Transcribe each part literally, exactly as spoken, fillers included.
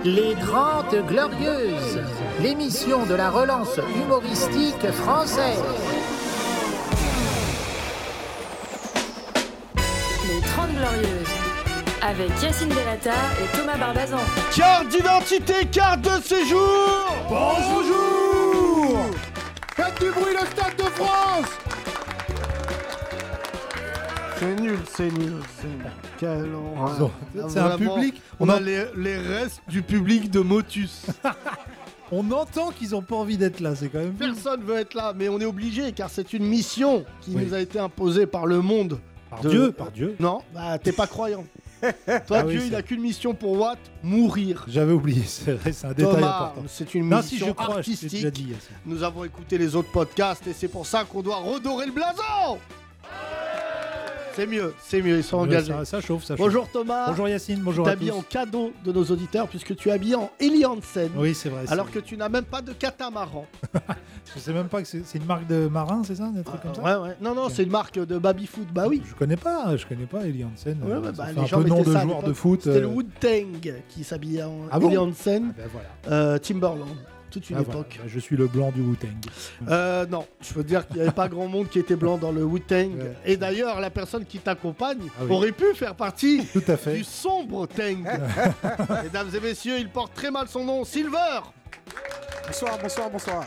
Les Trente Glorieuses, l'émission de la relance humoristique française. Les Trente Glorieuses, avec Yacine Delata et Thomas Barbazan. Carte d'identité, carte de séjour. Bonjour. Faites du bruit, le Stade de France. C'est nul, c'est nul, c'est nul. Quel horreur. C'est un public. On, on a, a les, les restes du public de Motus. On entend qu'ils n'ont pas envie d'être là, c'est quand même. Personne veut être là, mais on est obligé car c'est une mission qui oui. nous a été imposée par le monde. Par de... Dieu, par Dieu. Non, bah t'es pas croyant. Toi, ah Dieu, oui, il a qu'une mission pour Watt, mourir. J'avais oublié, c'est vrai, c'est un Thomas, détail important. C'est une non, mission si je crois, artistique. Je déjà dit, nous avons écouté les autres podcasts et c'est pour ça qu'on doit redorer le blason. C'est mieux, c'est mieux, ils sont engagés. Ça, ça chauffe, ça chauffe. Bonjour Thomas. Bonjour Yacine, bonjour tu à tous. Tu t'habilles en cadeau de nos auditeurs puisque tu es habillé en Eli Hansen. Oui, c'est vrai. Alors c'est que vrai. tu n'as même pas de catamaran. Je sais même pas que c'est, c'est une marque de marin, c'est ça, des trucs ah, comme ça. Ouais, ouais. Non, non, c'est une marque de baby food. Bah oui. Je connais pas, je connais pas Eli Hansen. Ouais, ouais, ça bah, fait les un gens peu nom mettaient de ça à joueur l'époque. de foot. C'était euh... le Wu-Tang qui s'habillait en ah Eli bon Hansen. Ah ben voilà. euh, Timberland. Toute une ah époque. Voilà. Je suis le blanc du Wu-Tang. Euh, non, je peux dire qu'il n'y avait pas grand monde qui était blanc dans le Wu-Tang. Ouais. Et d'ailleurs, la personne qui t'accompagne ah oui. aurait pu faire partie Tout à fait. du sombre Tang. Mesdames et messieurs, il porte très mal son nom, Silver. Bonsoir, bonsoir, bonsoir.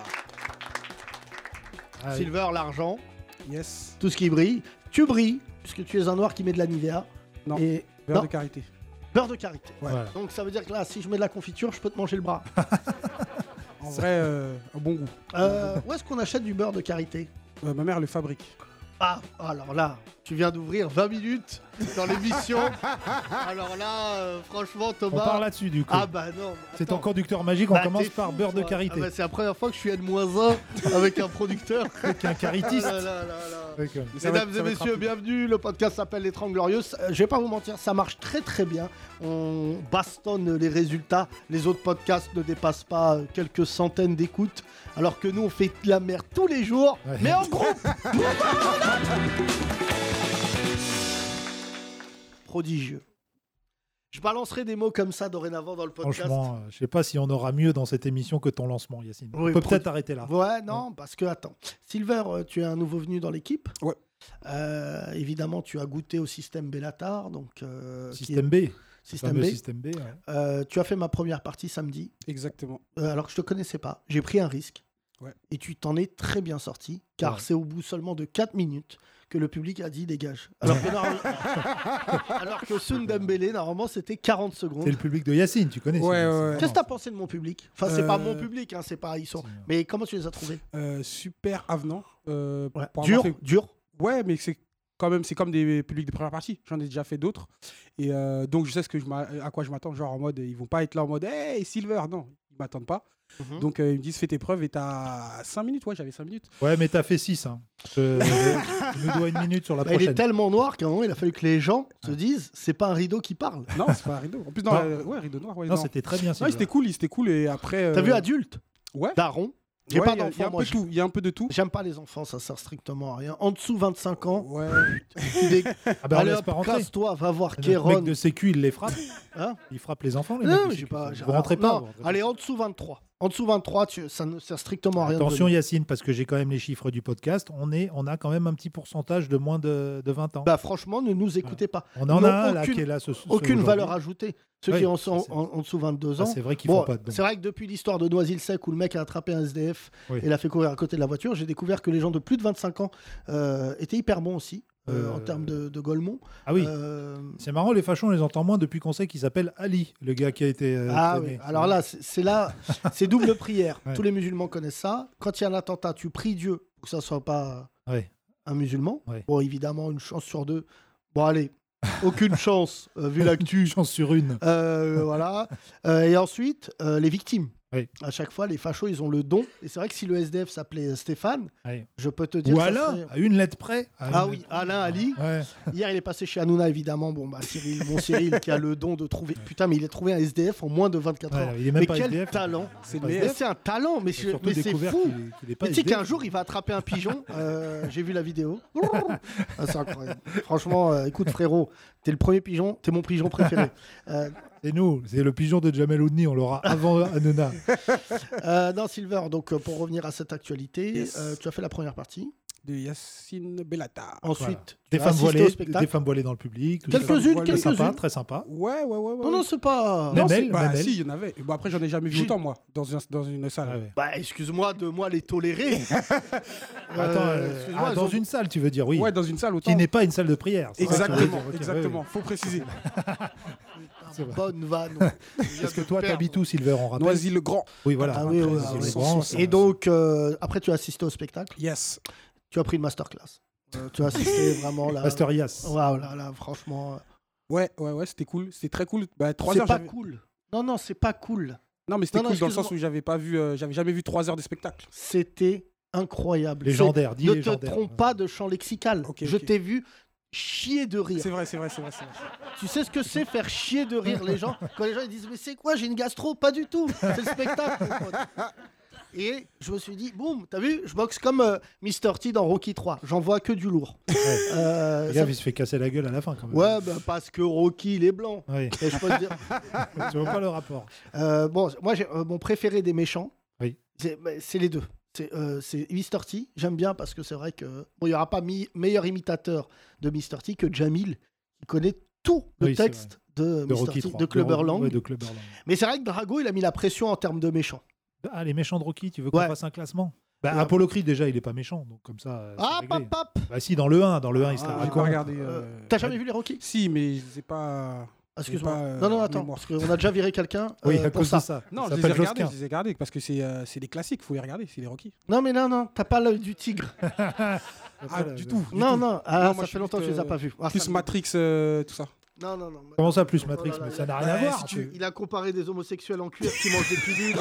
Ah, Silver, l'argent, Yes. tout ce qui brille. Tu brilles, puisque tu es un noir qui met de la Nivea. Non, Et... beurre non, de karité. beurre de karité. Ouais. Voilà. Donc ça veut dire que là, si je mets de la confiture, je peux te manger le bras. En vrai, euh, un bon goût. Euh, où est-ce qu'on achète du beurre de karité ? Euh, ma mère le fabrique. Ah, alors là, tu viens d'ouvrir vingt minutes dans l'émission. Alors là, euh, franchement, Thomas... On part là-dessus du coup. Ah bah non. C'est attends. ton conducteur magique, on Bah, commence t'es par fou, beurre de toi. karité. Ah bah, c'est la première fois que je suis N moins un avec un producteur. Avec un caritiste. Ah là là là là. D'accord. Mais ça va Mesdames être- ça et va être messieurs, rapide. bienvenue. Le podcast s'appelle Les Trente Glorieuses. Euh, je vais pas vous mentir, ça marche très très bien. On bastonne les résultats. Les autres podcasts ne dépassent pas euh, quelques centaines d'écoutes, alors que nous on fait de la merde tous les jours, Ouais. mais en groupe. Prodigieux. Je balancerai des mots comme ça dorénavant dans le podcast. Franchement, euh, je sais pas si on aura mieux dans cette émission que ton lancement, Yacine. Oui, on peut pro- peut-être arrêter là. Ouais, non, parce que, attends. Silver, euh, tu es un nouveau venu dans l'équipe. Ouais. Euh, évidemment, tu as goûté au système Bellatar. Donc, euh, qui Système est- B. Système Fameux B. Système B. Ouais. Euh, tu as fait ma première partie samedi, Exactement. euh, alors que je te connaissais pas. J'ai pris un risque. Ouais. Et tu t'en es très bien sorti, car Ouais. c'est au bout seulement de quatre minutes que le public a dit dégage. Alors que, normal- alors que Soun Dembélé, normalement, c'était quarante secondes. C'est le public de Yacine, tu connais. Ouais, c'est- ouais, c'est- ouais. Qu'est-ce que tu as pensé de mon public? Enfin, c'est Euh, pas mon public, hein, c'est pas. Ils sont. c'est- Mais comment tu les as trouvés? Euh, super avenant. euh, Ouais. pour Dur, avoir fait- dur. Ouais, mais c'est quand même, c'est comme des publics de première partie. J'en ai déjà fait d'autres. Et euh, donc, je sais ce que je m'a- à quoi je m'attends. Genre en mode, ils vont pas être là en mode, hey, Silver. Non, ils m'attendent pas. Mhm. Donc, euh, ils me disent, fais tes preuves et t'as cinq minutes. Ouais, j'avais cinq minutes. Ouais, mais t'as fait six. Hein. Je... Tu nous dois une minute sur la Bah, il prochaine. est tellement noir qu'à un moment, il a fallu que les gens se disent c'est pas un rideau qui parle. Non, c'est pas un rideau. En plus, non, Non. euh, ouais, rideau noir. Ouais, Non, non. c'était très bien. Non, Sylvain. c'était cool, c'était cool. Et après. T'as euh, vu adulte, Ouais. daron. J'ai Ouais, pas il y a- il y a d'enfant, un moi. peu je- tout. Il y a un peu de tout. J'aime pas les enfants, ça sert strictement à rien. En dessous vingt-cinq ans, Ouais. tu dé- Ah ben, on allez laisse hop, pas rentrer. casse-toi, va voir Notre Kéron. mec de sécu, il les frappe. Hein Il frappe les enfants, les Non, mecs de mais j'ai sécu. pas. Vous j'ai- rentrez alors, pas. non, vous rentrez pas. allez, en dessous vingt-trois. En dessous vingt-trois, tu- ça ne sert strictement à rien. de Attention venir. Yacine, parce que j'ai quand même les chiffres du podcast. On, est, on a quand même un petit pourcentage de moins de, de vingt ans. Bah, franchement, ne nous écoutez pas. on en non, a un là aucune- qui est là ce, ce- Aucune aujourd'hui. valeur ajoutée. Ceux Oui, qui en sont ça, c'est- en, en dessous vingt-deux Ah, ans. c'est vrai qu'ils Bon, font pas de dons. c'est vrai que depuis l'histoire de Noisy-le-Sec où le mec a attrapé un S D F Oui. et l'a fait courir à côté de la voiture, j'ai découvert que les gens de plus de vingt-cinq ans euh, étaient hyper bons aussi euh, Euh, en termes de, de Golemont. Ah oui, Euh, c'est marrant, les fachos, on les entend moins depuis qu'on sait qu'il s'appelle Ali, le gars qui a été euh, Ah traîné. oui, alors là, c'est c'est là, c'est double prière. Ouais. Tous les musulmans connaissent ça. Quand il y a un attentat, tu pries Dieu pour que ça soit pas Ouais. un musulman. Ouais. Bon, évidemment, une chance sur deux. Bon, allez, aucune chance, euh, vu l'actu. Chance sur une. Euh, voilà. Euh, et ensuite, euh, les victimes. Oui. À chaque fois, les fachos, ils ont le don. Et c'est vrai que si le S D F s'appelait Stéphane, Ouais. je peux te dire. Ou que ça Alain, serait- à une lettre près. à Ah une oui, lettre- Alain, Ali. Ouais. Hier, il est passé chez Hanouna, évidemment. Bon, bah, Cyril, mon Cyril, qui a le don de trouver. Putain, mais il a trouvé un S D F en moins de vingt-quatre Ouais, heures. il est même mais pas quel S D F. talent! C'est Pas le Mais meilleur. c'est un talent, mais, J'ai je- surtout mais c'est découvert fou! qu'il est- qu'il est pas Mais tu sais S D F. qu'un jour, il va attraper un pigeon. Euh, J'ai vu la vidéo. Ah, c'est incroyable. Franchement, euh, écoute, frérot, t'es le premier pigeon, t'es mon pigeon préféré. Euh, C'est nous, c'est le pigeon de Jamel Oudni, on l'aura avant Hanouna. Euh, non, Silver, donc euh, pour revenir à cette actualité, Yes. euh, tu as fait la première partie. De Yacine Bellata. Ensuite, Voilà. tu Des as femmes assisté voilées, au spectacle. des femmes voilées dans le public. tout ça. Quelques-unes, Très Très sympa, quelques-unes. très sympa. Ouais, ouais, ouais. ouais. Non, non, c'est pas. Même Non, c'est- elle, bah, même elle. si, il y en avait. Bon, après, j'en ai jamais vu J'ai- autant, moi, dans, un- dans une salle. Ah ouais. Bah, excuse-moi de moi les tolérer. Attends, Euh, euh, excuse-moi, ah, elles dans ont- une salle, tu veux dire, oui. Ouais, dans une salle autant. Qui n'est pas une salle de prière. c'est ça que tu veux Exactement, dire, ok, exactement. ouais, Faut préciser. Putain, bonne vanne. ouais. Parce que toi, t'habites où, Silver, on rappelle Noisy-le-Grand. Oui, voilà. Ah oui, oui, Noisy-le-Grand, ah oui. c'est- Et donc, euh, après, tu as assisté au spectacle. Yes. Tu as pris une masterclass. Euh, tu as assisté vraiment là. Master Yas. Waouh, là, là, franchement. euh, Ouais, ouais, ouais, c'était cool. C'était très cool. Bah, trois C'est heures. pas j'avais- cool. Non, non, c'est pas cool. Non, mais c'était Non, non, cool dans le sens excuse-moi. où j'avais pas vu, euh, j'avais jamais vu trois heures de spectacle. C'était incroyable. Légendaire, C'est- dis Ne légendaire. te trompe pas de champ lexical. Ok, Je ok. t'ai vu chier de rire. C'est vrai, c'est vrai, c'est vrai, c'est vrai. Tu sais ce que c'est faire chier de rire les gens quand les gens ils disent mais c'est quoi, j'ai une gastro? Pas du tout, c'est le spectacle, mon pote. Et je me suis dit boum, t'as vu, je boxe comme euh, mister T dans Rocky trois, j'en vois que du lourd. Ouais. Euh, Le ça- gars, il se fait casser la gueule à la fin, quand même. Ouais, bah, parce que Rocky il est blanc. Oui. Et je peux te dire. Tu vois pas le rapport. Euh, bon, moi j'ai euh, mon préféré des méchants. Oui. C'est bah, c'est les deux. C'est euh, c'est mister T. J'aime bien parce que c'est vrai que bon, il y aura pas mi- meilleur imitateur de mister T que Jamil, qui connaît tout le Oui, c'est texte de, De mister Rocky T, trois. de Clubberland. Ouais, de Clubberland. Mais c'est vrai que Drago, il a mis la pression en termes de méchants. Ah, les méchants de Rocky, tu veux qu'on Ouais. fasse un classement bah, Ouais. Apollo Creed, déjà, il est pas méchant, donc comme ça. euh, c'est Ah, réglé. pop, pop. Bah si, dans le un, dans le un, il se la Ah, J'ai raconte. pas regardé. Euh, euh, T'as jamais vu les Rocky? Si, mais c'est pas. Excuse-moi. pas, euh, non, non, attends, mémoire. parce qu'on a déjà viré quelqu'un Oui, euh, à pour cause ça. de ça. Non, Il je les ai s'appelle regardés, Josquin. je les ai regardés parce que c'est euh, c'est des classiques, faut les regarder, c'est les Rocky. Non, mais non, non, t'as pas l'œil du tigre. Ah, du tout. du Non, tout. non, ah, Non, moi, ça je fait suis longtemps que je juste, les ai euh, pas vus. Ah, Plus ça me- Matrix, euh, tout ça. Non, non, non. Comment ça, plus Matrix? Oh là là, Mais ça il a- n'a rien à Ouais, voir. si tu- c'est- Il a comparé des homosexuels en cuir qui mangent des pilules.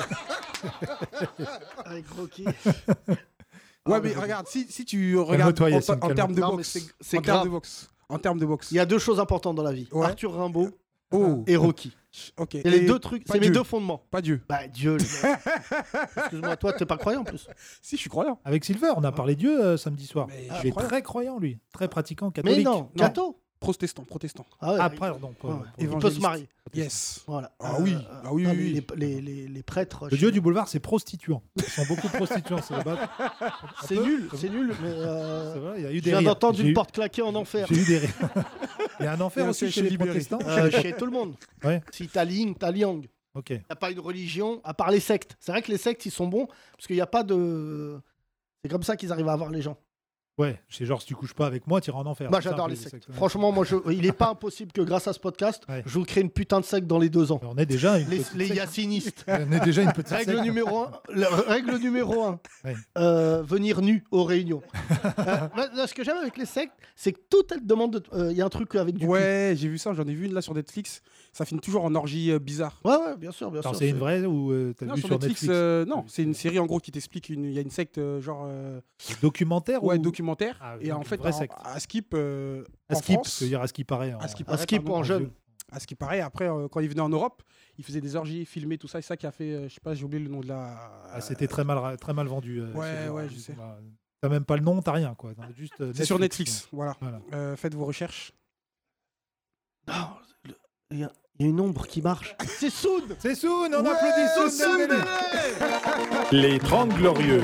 Avec Rocky. Ouais, Ah, mais mais- regarde, si, si tu regardes Calme-toi, en, Yacine, en calme-toi. termes de Non, mais boxe, c'est- c'est en termes grave. de boxe, en termes de boxe. Il y a deux choses importantes dans la vie. Ouais. Arthur Rimbaud Oh, et Rocky. ok. Et les deux trucs, pas c'est mes Dieu. deux fondements. Pas Dieu. Bah, Dieu, le gars. Excuse-moi, toi, t'es pas croyant en plus. Si, je suis croyant. Avec Silver, on a parlé Dieu euh, samedi soir. Mais Il je est suis croyant. très croyant, lui. Très pratiquant, Mais catholique. non, Cato. Protestant, protestant. Ah, ouais, Ah, il- pardon. pas- ouais, pas- il peut se évangéliste. marier. Yes. Voilà. Ah oui, ah oui, non, oui, mais oui. Les, les, les, les prêtres. Le chez dieu nous, du boulevard, c'est prostituant. Ils sont beaucoup prostituants, c'est là-bas. C'est nul, c'est nul, mais. euh, C'est vrai, il y a eu Je des viens rires. d'entendre J'ai une eu- porte claquée en enfer. J'ai eu des rires. Il y a un Il y enfer a un aussi siège chez les libéré. protestants. Euh, chez tout le monde. Ouais. Si t'as Yin, t'as Liang. Ok. T'as pas une religion, à part les sectes. C'est vrai que les sectes, ils sont bons, parce qu'il n'y a pas de. C'est comme ça qu'ils arrivent à avoir les gens. Ouais, c'est genre si tu couches pas avec moi, tu iras en enfer. Moi, C'est ça, j'adore un peu, les sectes. ouais. Franchement, moi, je... il n'est pas impossible que grâce à ce podcast, Ouais. je vous crée une putain de secte dans les deux ans. On est déjà une Les, petite les secte. yacinistes. On est déjà une petite Règle secte. numéro un. le- Règle numéro un. Ouais. Euh, venir nu aux réunions. Euh, moi, là, ce que j'aime avec les sectes, c'est que tout elle demande. de- euh, Il y a un truc avec du. cul. Ouais, j'ai vu ça, j'en ai vu une là sur Netflix. Ça finit toujours en orgie euh, bizarre. Ouais, ouais, bien sûr, bien Attends, sûr. c'est une vraie ou euh, t'as Non, vu sur sur Netflix, Netflix, euh, non, c'est une série en gros qui t'explique une. Il y a une secte euh, genre euh, documentaire ouais ou documentaire Ah, et donc en une fait vraie en- secte. à Skip euh, à en skip, France, c'est-à-dire à ce qui paraît. en- à ce qui Un paraît, skip pardon, en jeune. à ce qui paraît après euh, quand il venait en Europe, il faisait des orgies, filmé tout ça, et ça qui a fait, euh, je sais pas, j'ai oublié le nom de la. Ah, c'était très mal, ra- très mal vendu. euh, Ouais, ce- ouais, du je sais. coup, bah, T'as même pas le nom, t'as rien quoi. T'as juste. euh, C'est sur Netflix, voilà. Voilà. Euh, faites vos recherches. Non, le- Il y, a il y a une ombre qui marche. C'est Soud. C'est Soun, on Ouais, applaudit Soun Soud Dembélé. Dembélé. Les Trente Glorieuses.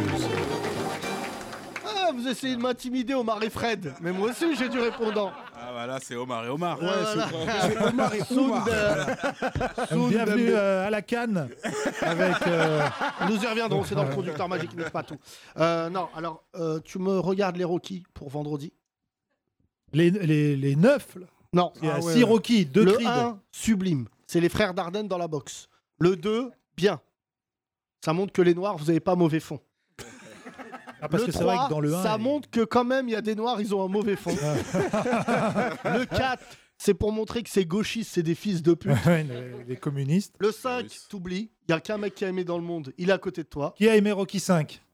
Ah, vous essayez de m'intimider, Omar et Fred. Mais moi aussi, j'ai du répondant. Ah bah là c'est Omar et Omar. Ouais, voilà. C'est Omar et Soud, Omar. euh, Soud Bienvenue Dembélé. euh, à la Cannes avec. euh, Nous y reviendrons, c'est dans le conducteur magique, n'est pas tout. Euh, non, alors, euh, tu me regardes les Rocky pour vendredi. les, les, les neuf. Là. Non, Il y a Ah ouais, six ouais. Rocky, deux le Creed. un, sublime. C'est les frères Dardenne dans la boxe. Le deux, bien. Ça montre que les Noirs, vous n'avez pas mauvais fond. Ah, parce le que c'est vrai trois, que dans le un. ça il- montre que quand même, il y a des Noirs, ils ont un mauvais fond. Le quatre, c'est pour montrer que ces gauchistes, c'est des fils de pute. Ouais, les, les communistes. Le cinq, Oui. t'oublies. Il n'y a qu'un mec qui a aimé dans le monde. Il est à côté de toi. Qui a aimé Rocky cinq?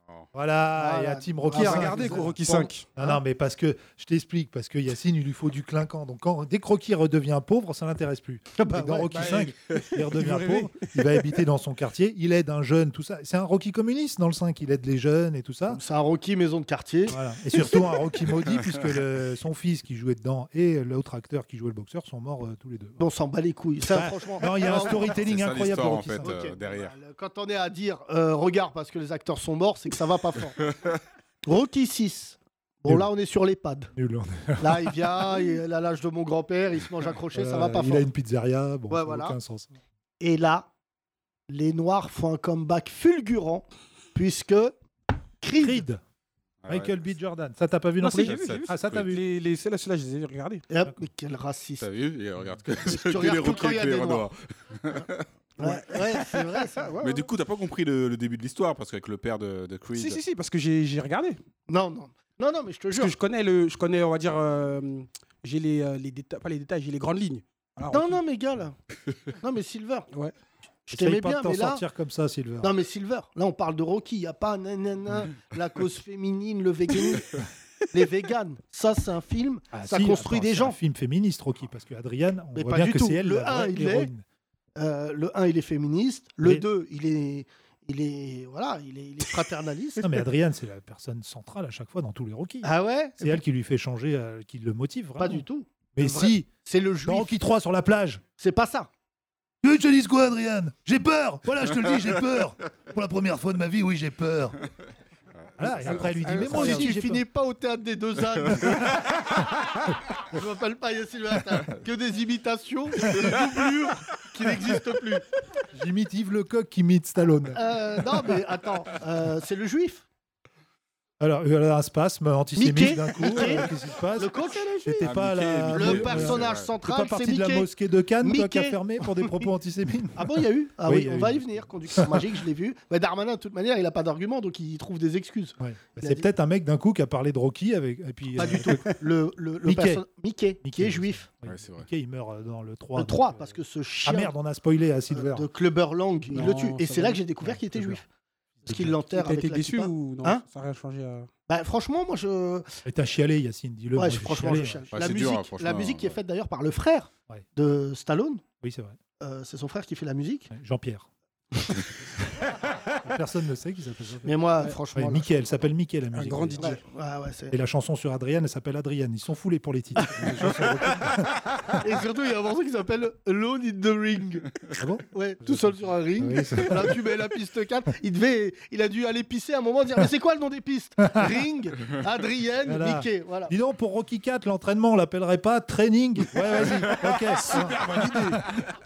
Voilà, Voilà. il y a Team Rocky. Qui a cinq. regardé Rocky Bon. cinq? Non, non, mais parce que je t'explique, parce que Yacine, il lui faut du clinquant. Donc, quand, dès que Rocky redevient pauvre, ça l'intéresse plus. Bah Et dans ouais, Rocky bah, cinq, il redevient veut rêver. pauvre, il va habiter dans son quartier, il aide un jeune, tout ça. C'est un Rocky communiste dans le cinq, il aide les jeunes et tout ça. C'est un Rocky maison de quartier. Voilà. Et surtout un Rocky maudit, puisque le- son fils qui jouait dedans et l'autre acteur qui jouait le boxeur sont morts euh, tous les deux. On s'en bat les couilles. Ça, Bah, franchement. Non, il y a un Non, storytelling C'est ça incroyable l'histoire, pour en Rocky fait, cinq. euh, Ok, derrière. bah, quand on est à dire euh, regarde parce que les acteurs sont morts, c'est que ça va pas fort. Rocky six. Bon, Nul. là, on est sur l'EHPAD. Nul. Là, il vient, il a l'âge de mon grand-père, il se mange accroché, ça va Euh, pas il fort. a une pizzeria, bon, Ouais, ça n'a voilà. aucun sens. Et là, les Noirs font un comeback fulgurant, puisque Creed. Creed, Ah ouais. Michael B. Jordan. Ça, t'as pas vu non, Non, si, plus j'ai vu, j'ai vu. Ah, ça, t'as vu. Les, les, celles-là, celles-là, je les ai regardées. Et hop, mais quel raciste. T'as vu Et regarde que, Tu que regardes les que Rocky quand il y a avec les des Renois. Ouais, ouais, c'est vrai ça. ouais, Mais ouais. du coup, t'as pas compris le, le début de l'histoire parce qu'avec le père de, de Creed. Si, si, si, parce que j'ai j'ai regardé. Non, non. Non, non, mais je te Parce jure. que je connais, le, je connais, on va dire, euh, j'ai les, euh, les détails, pas les détails, j'ai les grandes lignes. Voilà, Non, Rocky. non, mais gars, là. Non, mais Silver. Ouais. Je Essaye t'aimais pas bien, de t'en mais là. sortir comme ça, Silver. Non, mais Silver, là, on parle de Rocky. Il n'y a pas nanana, la cause féminine, le véganisme. Les véganes, ça, c'est un film. Ah, ça si, construit attends, des c'est gens. un film féministe, Rocky, parce que Adrienne, on Mais voit pas bien du que tout. c'est elle Le la un, vraie il est- héroïne. Euh, le un, il est féministe. Le Oui. deux, il est, il est, voilà, il est, il est fraternaliste. Non, mais Adrienne, c'est la personne centrale à chaque fois dans tous les Rocky. Ah ouais. C'est elle qui lui fait changer, euh, qui le motive vraiment. Pas du tout. Mais Le vrai- si, C'est le dans juif. Rocky trois sur la plage. C'est pas ça. Tu veux que je te dise quoi, Adrienne? J'ai peur. Voilà, je te le dis, j'ai peur. Pour la première fois de ma vie, oui, j'ai peur. Voilà, et après, elle lui dit, Ah, mais ça moi vient. Si aussi, tu j'ai finis peur. pas au théâtre des deux ânes. Je m'appelle pas Yassine Ouattara. Que des imitations, des doublures qui n'existent plus. J'imite Yves Lecoq qui imite Stallone. Euh, non, mais attends, euh, c'est le juif. Alors, il y a un spasme antisémite Mickey. d'un coup. Mickey. euh, Qu'est-ce qui se passe? Le coach, J'étais Ah, pas à Mickey, la... Mickey, le ouais, personnage ouais. T'es central, pas c'est parti de la Mickey. mosquée de Cannes, toi, qui a Mickey. fermé pour des propos antisémites? Ah bon, il y a eu Ah Oui, oui, il y a on eu. va y venir. Conduction magique, je l'ai vu. Mais Darmanin, de toute manière, il a pas d'argument, donc il trouve des excuses. Ouais. Bah, Il a c'est dit- peut-être un mec d'un coup qui a parlé de Rocky avec. Et puis, Pas euh, du tout. Le, le, le Mickey. perso- Mickey, qui Mickey, est juif. oui. Ouais, c'est vrai. Mickey, il meurt euh, dans le trois. Le donc, trois, euh, parce que ce chien Ah merde, on a spoilé à euh, Silver. de Clubber Lang, il Non, le tue. Et ça c'est va. là que j'ai découvert Ouais, qu'il était Clubber. juif. Parce qu'il l'enterre T'as avec été la déçu kippa. ou non? Hein Ça n'a rien changé à... Bah, franchement, moi, je. Et t'as chialé, Yacine, dis-le. Ouais, moi, je- j'ai franchement, chialé, je chiale. Ouais, La c'est musique, dur, hein, franchement, la musique qui est ouais. faite d'ailleurs par le frère Ouais. de Stallone. Oui, c'est vrai. Euh, c'est son frère qui fait la musique. Ouais, Jean-Pierre. Personne ne sait qui s'appelle Jean-Pierre. Mais moi, Ouais. franchement. Ouais, là, Mickey, elle s'appelle Mickey, la Un musique. grand D J. ouais, ouais, ouais, c'est- Et la chanson sur Adrienne, elle s'appelle Adrienne. Ils sont foulés pour les titres. Les chansons Rocky. Et surtout, il y a un morceau qui s'appelle Alone in the Ring. Ah bon? Ouais, tout seul sur un ring. Oui, c'est- Là, tu mets la piste quatre. Il, devait, il a dû aller pisser à un moment, dire mais c'est quoi le nom des pistes? Ring, Adrienne, Voilà. Mickey. Voilà. Dis donc, pour Rocky quatre, l'entraînement, on l'appellerait pas training? Ouais, vas-y. Ok, super bonne idée.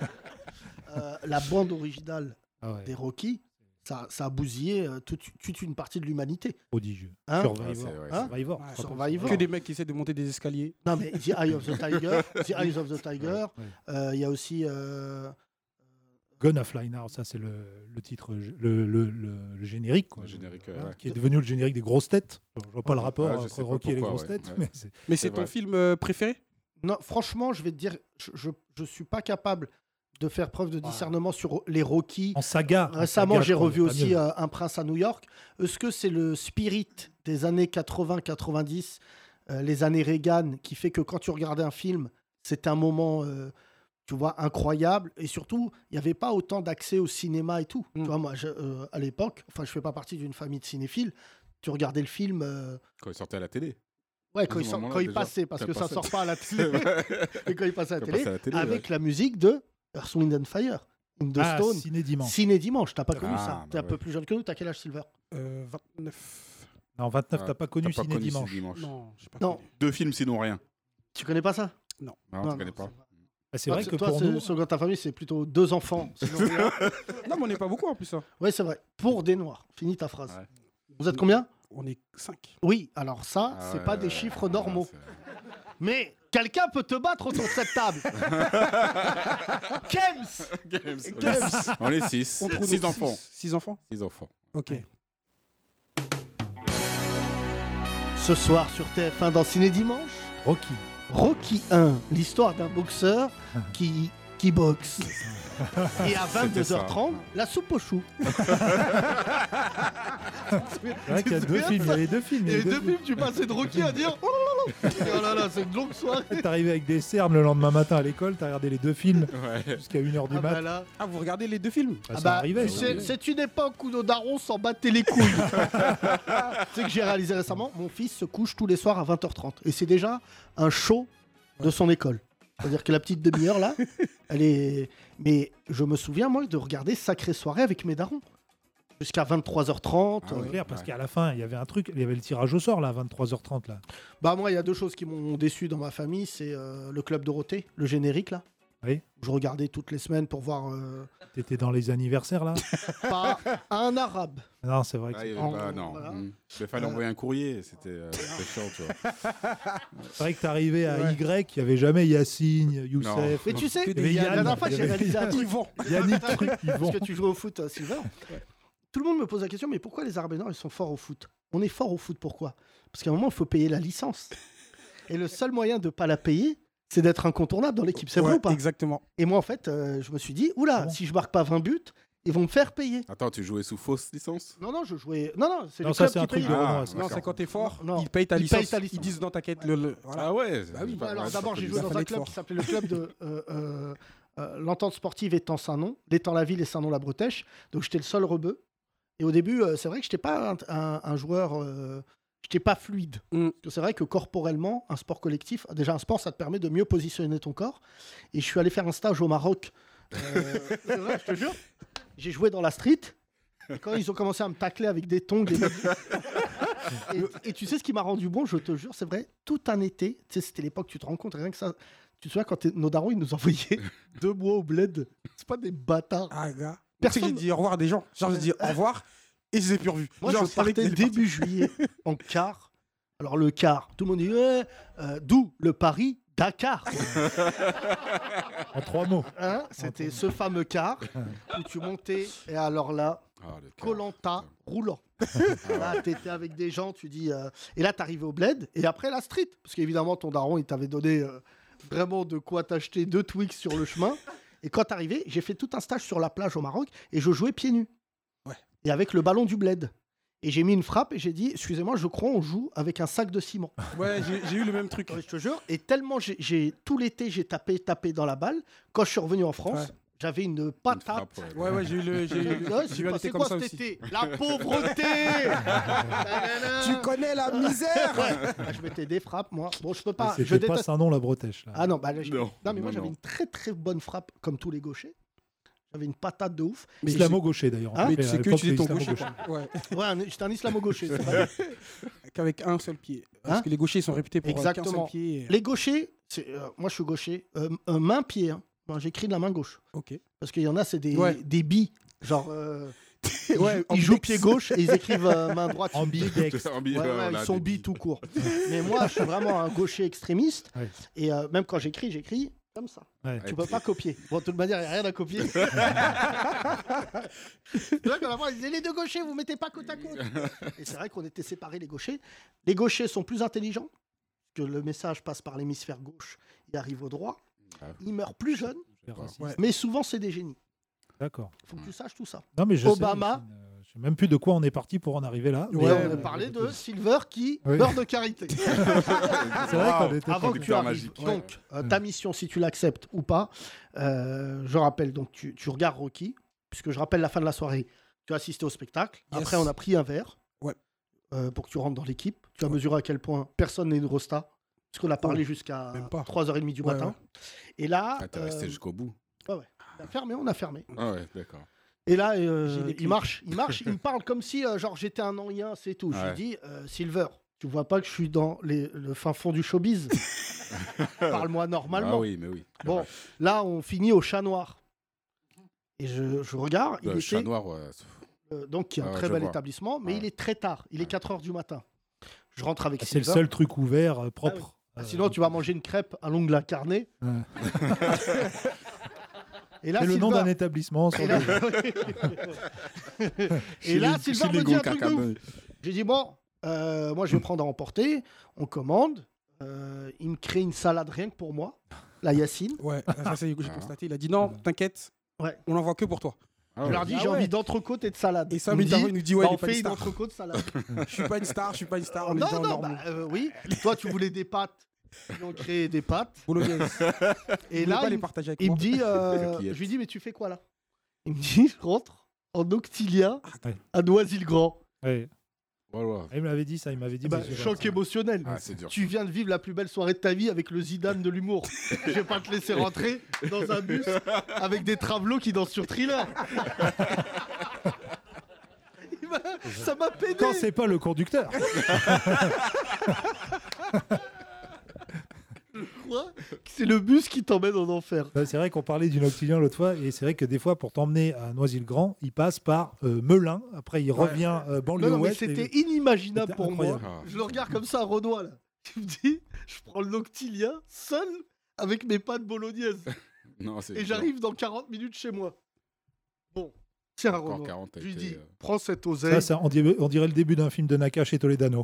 Euh, la bande originale Ah ouais, des Rocky, ça, ça a bousillé euh, toute, toute une partie de l'humanité. prodigieux. Hein Survivor. Ouais, c'est- ouais, Hein Survivor. Ouais, Quand on- Survivor. Que des mecs qui essaient de monter des escaliers. Non, mais The Eye of the Tiger, The Eyes of the Tiger. Ouais. Euh, Il y a aussi. euh, Gonna Fly Now, ça c'est le, le titre, le, le, le, le générique, quoi. Le générique, Voilà, ouais. qui est devenu le générique des grosses têtes. Je vois pas le rapport Ouais, je entre sais pas Rocky et les pourquoi, grosses ouais, têtes, ouais. mais c'est Mais C'est c'est ton vrai. film euh, préféré? Non, franchement, je vais te dire, je, je, je suis pas capable de faire preuve de discernement sur les Rocky. en saga. en Récemment, saga, j'ai je crois, revu pas aussi mieux. euh, Un prince à New York. Est-ce que c'est le spirit des années quatre-vingts quatre-vingt-dix, euh, les années Reagan, qui fait que quand tu regardais un film, c'était un moment, euh, tu vois, incroyable. Et surtout, il n'y avait pas autant d'accès au cinéma et tout. Mm. Tu vois, moi, je- euh, à l'époque, enfin, je fais pas partie d'une famille de cinéphiles. Tu regardais le film, euh, Quand il sortait à la télé. ouais, À quand ce il, sort- moment-là, quand il déjà, passait, parce ça que ça passait. sort pas à la télé. Et quand il passait à la Quand il télé, passait à la télé, avec ouais. la musique de Earth, Wind and Fire, In the Ah, Stone. Ciné Dimanche. Ciné Dimanche, t'as pas connu Ah, ça. T'es bah un peu ouais. plus jeune que nous, t'as quel âge, Silver? Euh, vingt-neuf. Non, vingt-neuf, Ah, t'as pas connu T'as pas Ciné connu Dimanche. Ciné Dimanche. Non, je sais pas. Non. connu. Deux films, sinon rien. Tu connais pas ça? Non, Non, tu non, connais pas. Bah, c'est vrai Toi, que toi, pour c'est- nous, sur dans ta famille, c'est plutôt deux enfants. sinon rien. Non, mais on n'est pas beaucoup en plus. Hein. Ouais, c'est vrai. Pour des noirs. Finis ta phrase. Ouais. Vous êtes combien? On est cinq. Oui, alors ça, Ah c'est ouais, pas ouais, des ouais. chiffres Ah, normaux. c'est- Mais quelqu'un peut te battre autour de cette table. Kems Games. Kems On est six. On trouve Six donc enfants. Six, six enfants. Six enfants. Ok. Ce soir sur T F un dans Ciné Dimanche, Rocky. Rocky un, l'histoire d'un boxeur qui, Rocky Box. Et à C'était vingt-deux ça. heures trente, la soupe aux choux. C'est vrai qu'il y a deux films, il y avait deux films. Il il y y a avait deux deux films, tu passais de Rocky à dire oh là là, oh là là, c'est une longue soirée. films. T'arrivais avec des cernes le lendemain matin à l'école, t'as regardé les deux films Ouais. jusqu'à une heure du Ah mat. bah là, Ah, vous regardez les deux films Bah, ah ça bah, arrivait. ça c'est, arrivait. c'est une époque où nos darons s'en battaient les couilles. Tu sais que j'ai réalisé récemment, mon fils se couche tous les soirs à vingt heures trente. Et c'est déjà un show de son école. C'est-à-dire que la petite demi-heure là, elle est. Mais je me souviens, moi, de regarder Sacrée Soirée avec mes darons. Jusqu'à vingt-trois heures trente. Ah ouais. euh, Clair, parce Ouais. qu'à la fin, il y avait un truc, il y avait le tirage au sort là, à vingt-trois heures trente là. Bah, moi, il y a deux choses qui m'ont déçu dans ma famille. C'est euh, le Club Dorothée, le générique là. Oui. Je regardais toutes les semaines pour voir euh, T'étais dans les anniversaires là. pas un arabe. Non, c'est vrai. Que Ah, il y c'est... avait En- pas, non. voilà. Mm. Il fallait Euh, envoyer un courrier, c'était euh, c'était chiant, tu vois. c'est vrai que t'arrivais à Ouais. Y, il n'y avait jamais Yacine, Youssef, Mais tu sais, Que des il y a- la Yann, dernière fois, il y j'ai avait- réalisé un truc. Yannick, ils vont. Parce que tu joues au foot, euh, Silver. Tout le monde me pose la question, mais pourquoi les Arabes du Nord, ils sont forts au foot? On est fort au foot, pourquoi? Parce qu'à un moment, il faut payer la licence. Et le seul moyen de ne pas la payer, c'est d'être incontournable dans l'équipe. C'est vrai Ouais, ou pas? Exactement. Et moi, en fait, euh, je me suis dit, oula, Ah bon si je marque pas vingt buts, ils vont me faire payer. Attends, tu jouais sous fausse licence? Non, non, je jouais. Non, non, c'est Non, le ça club c'est un qui truc paye. de Ah, Renoir. ça. Non, D'accord. c'est quand t'es fort, Non, non. ils payent ta Ils licence. payent ta licence. Ils disent dans ta quête le. le- voilà. Ah ouais. Bah oui. Ouais, alors ouais, d'abord, ça j'ai fait joué du- dans fallait un être club fort. qui s'appelait le club de euh, euh, euh, l'entente sportive étant Saint-Nom, l'étang la ville et Saint-Nom la Bretèche. Donc j'étais le seul rebeu. Et au début, euh, c'est vrai que j'étais pas un, un- un joueur, euh, j'étais pas fluide. Mm. Parce que c'est vrai que corporellement, un sport collectif, déjà un sport, ça te permet de mieux positionner ton corps. Et je suis allé faire un stage au Maroc. Euh, c'est vrai, je te jure. J'ai joué dans la street. Et quand ils ont commencé à me tacler avec des tongs, des et, et tu sais ce qui m'a rendu bon, je te jure, c'est vrai, tout un été, tu sais, c'était l'époque, tu te rends compte, rien que ça. Tu te souviens quand t'es- nos darons, ils nous envoyaient deux mois au bled. C'est pas des bâtards. Ah, gars. Personne- Personne. J'ai dit au revoir à des gens. Genre, j'ai dit au revoir et je les ai plus revus. Moi, Genre, je partais savais qu'ils étaient début juillet en quart. Alors, le quart, tout le monde dit ouais, euh, d'où le Paris-Dakar. En trois mots. Hein, c'était ce fameux quart où tu montais, et alors là, Ah, le cas. Koh-Lanta roulant. Ah Là, ouais. t'étais avec des gens, tu dis. euh, Et là, t'arrivais au bled, et après la street. Parce qu'évidemment, ton daron, il t'avait donné euh, vraiment de quoi t'acheter deux Twix sur le chemin. Et quand t'arrivais, j'ai fait tout un stage sur la plage au Maroc, et je jouais pieds nus. Ouais. Et avec le ballon du bled. Et j'ai mis une frappe, et j'ai dit, excusez-moi, je crois on joue avec un sac de ciment. Ouais, j'ai j'ai eu le même truc. Ouais, je te jure. Et tellement j'ai, j'ai- tout l'été, j'ai tapé, tapé dans la balle. Quand je suis revenu en France, Ouais. j'avais une Une patate. frappe, ouais. Ouais, ouais, j'ai eu le. J'ai eu, Ouais, j'ai c'est eu un passé été quoi comme ça cet aussi. été? La pauvreté. Nanana. Tu connais la misère. Ah, je mettais des frappes, moi. Bon, je peux pas. C'était Je pas déteste. Saint-Nom la Bretèche. Là. Ah non, bah, là, je- Non. non, mais moi Non, j'avais non. une très très bonne frappe, comme tous les gauchers. J'avais une patate de ouf. Mais Islamo-gaucher d'ailleurs. Hein On Mais appelait tu sais à que l'époque tu es ton les gaucher. islamo-gauchers. quoi. Ouais. Ouais, un- j'étais un islamo-gaucher. c'est pas grave. Qu'avec un seul pied. Parce Hein que les gauchers ils sont réputés pour euh, qu'un Exactement. seul pied. et- Les gauchers, c'est, euh, moi je suis gaucher, euh, euh, main-pied. Hein. Moi, j'écris de la main gauche. Ok. Parce qu'il y en a, c'est des, Ouais. des billes. Genre, euh, ils, Ouais, jouent- ils jouent ambidex. pied gauche et ils écrivent euh, main droite. Ambidex. En bi- Ouais, ouais, voilà, ils sont des billes billes. tout court. Mais moi, je suis vraiment un gaucher extrémiste. Ouais. Et euh, même quand j'écris, j'écris comme ça. Ouais. Tu peux pas copier. Bon, de toute manière, il n'y a rien à copier. C'est vrai qu'à la fin, ils disaient les deux gauchers, vous mettez pas côte à côte. Et c'est vrai qu'on était séparés, les gauchers. Les gauchers sont plus intelligents, parce que le message passe par l'hémisphère gauche et arrive au droit. Ah. Ils meurent plus jeunes, Ouais. mais souvent, c'est des génies. D'accord. Il faut que tu saches tout ça. Non mais je Obama. sais, je sais même plus de quoi on est parti pour en arriver là. Et mais, on euh, a parlé de Silver qui Oui. meurt de carité. C'est vrai qu'on était Avant pas que tu hyper arrives. magique. Donc, euh, Ouais. ta mission, si tu l'acceptes ou pas, euh, je rappelle, donc tu, tu regardes Rocky, puisque je rappelle la fin de la soirée, tu as assisté au spectacle. Yes. Après, on a pris un verre Ouais. euh, pour que tu rentres dans l'équipe. Tu as Ouais. mesuré à quel point personne n'est une rosta, parce qu'on a parlé Oh, jusqu'à même pas. trois heures trente du Ouais, matin. ouais. Et là, Ah, t'es euh, resté jusqu'au bout. on a fermé, on a fermé. Ah ouais, d'accord. Et là, euh, J'ai les il clés. marche, il marche, il me parle comme si euh, genre j'étais un ancien, c'est tout. Je Ouais. lui dis, euh, Silver, tu vois pas que je suis dans les- le fin fond du showbiz. Parle-moi normalement. Ah oui, mais oui. Bon, Ouais. là, on finit au Chat Noir. Et je, je regarde, il Le était, chat noir, ouais. euh, donc qui est un Ah ouais, très je bel vois. établissement, mais Ouais. il est très tard, il est quatre heures du matin. Je rentre avec Ah, c'est le Silver. seul truc ouvert euh, propre. Ah, Euh, sinon, tu vas manger une crêpe à l'onglet carné. Ouais. Et là, C'est le nom Silver- d'un établissement. sur Et là, le- Et là, Chez les- Silver chez les me dit un Gonca truc de ouf. Cabane. J'ai dit, bon, euh, moi, je vais prendre à emporter. On commande. Euh, il me crée une salade rien que pour moi. la Yacine. Ouais, ça, c'est j'ai Ah. constaté. Il a dit non, t'inquiète, Ouais. on n'envoie que pour toi. Ah Je ouais. leur dis, Ah j'ai ouais. envie d'entrecôte et de salade. Et cinq Il me minutes avant, dit, il nous dit ouais, bah, il on est pas fait une une star. entrecôte salade. Je suis pas une star, je suis pas une star. On est non, des gens non, normaux. bah, euh, oui. Toi, tu voulais des pâtes. Ils ont créé des pâtes. Bolognaise. Et Il là, pas il, les partager avec il moi. me dit, euh, Coquillettes. je lui dis, mais tu fais quoi là? Il me dit, je rentre en Octilia Ouais. à Noisy-le-Grand. Ouais. Voilà. Ah, il m'avait dit ça, il m'avait dit. Bah, monsieur choc Vincent. émotionnel. Ah, c'est dur. Tu viens de vivre la plus belle soirée de ta vie avec le Zidane de l'humour. Je vais pas te laisser rentrer dans un bus avec des travelots qui dansent sur Thriller. Il m'a- Ça m'a pédé. Quand c'est pas le conducteur. Quoi C'est le bus qui t'emmène en enfer. Bah, c'est vrai qu'on parlait du Noctilien l'autre fois, et c'est vrai que des fois, pour t'emmener à Noisy-le-Grand, il passe par euh, Melun, après il revient euh, banlieue Non, non, mais ouest. c'était et- inimaginable C'était pour incroyable. moi. Ah. Je le regarde comme ça, Renoir, là. Il me dit, je prends le Noctilia seul avec mes pâtes bolognaises. Non, c'est Et dur. j'arrive dans quarante minutes chez moi. Bon, tiens, Encore Renoir. quarante, Je lui t'as dis, été, euh, prends cette oseille. Ça, ça, on, dirait, on dirait le début d'un film de Nakache et Toledano.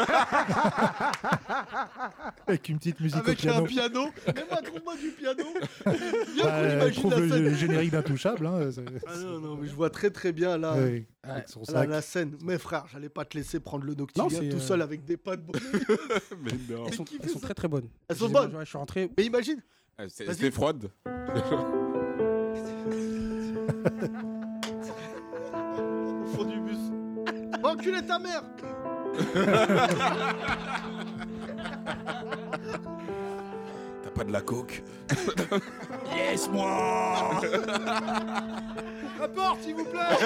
Avec une petite musique Avec au piano. un piano. Mets-moi, trouve-moi du piano. Viens Bah, qu'on imagine trouve la le, scène. le générique d'Intouchable. Hein, c'est- Ah non, non, mais je vois très très bien là, Ouais, Ouais, avec son là, sac. la scène. Mais frère, j'allais pas te laisser prendre le Non, Noctilia c'est, tout euh, seul avec des pâtes bolognaises. Mais non. Elles sont, qui elles fait sont ça très très bonnes. Elles sont Je les bonnes. mange, ouais, je suis rentré. Mais imagine, Ah, c'est- Vas-y. C'était froide. au fond du bus. Va enculer ta mère. T'as pas de la coke? Laisse-moi. La porte, s'il vous plaît.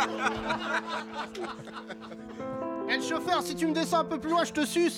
Et le chauffeur, si tu me descends un peu plus loin, je te suce.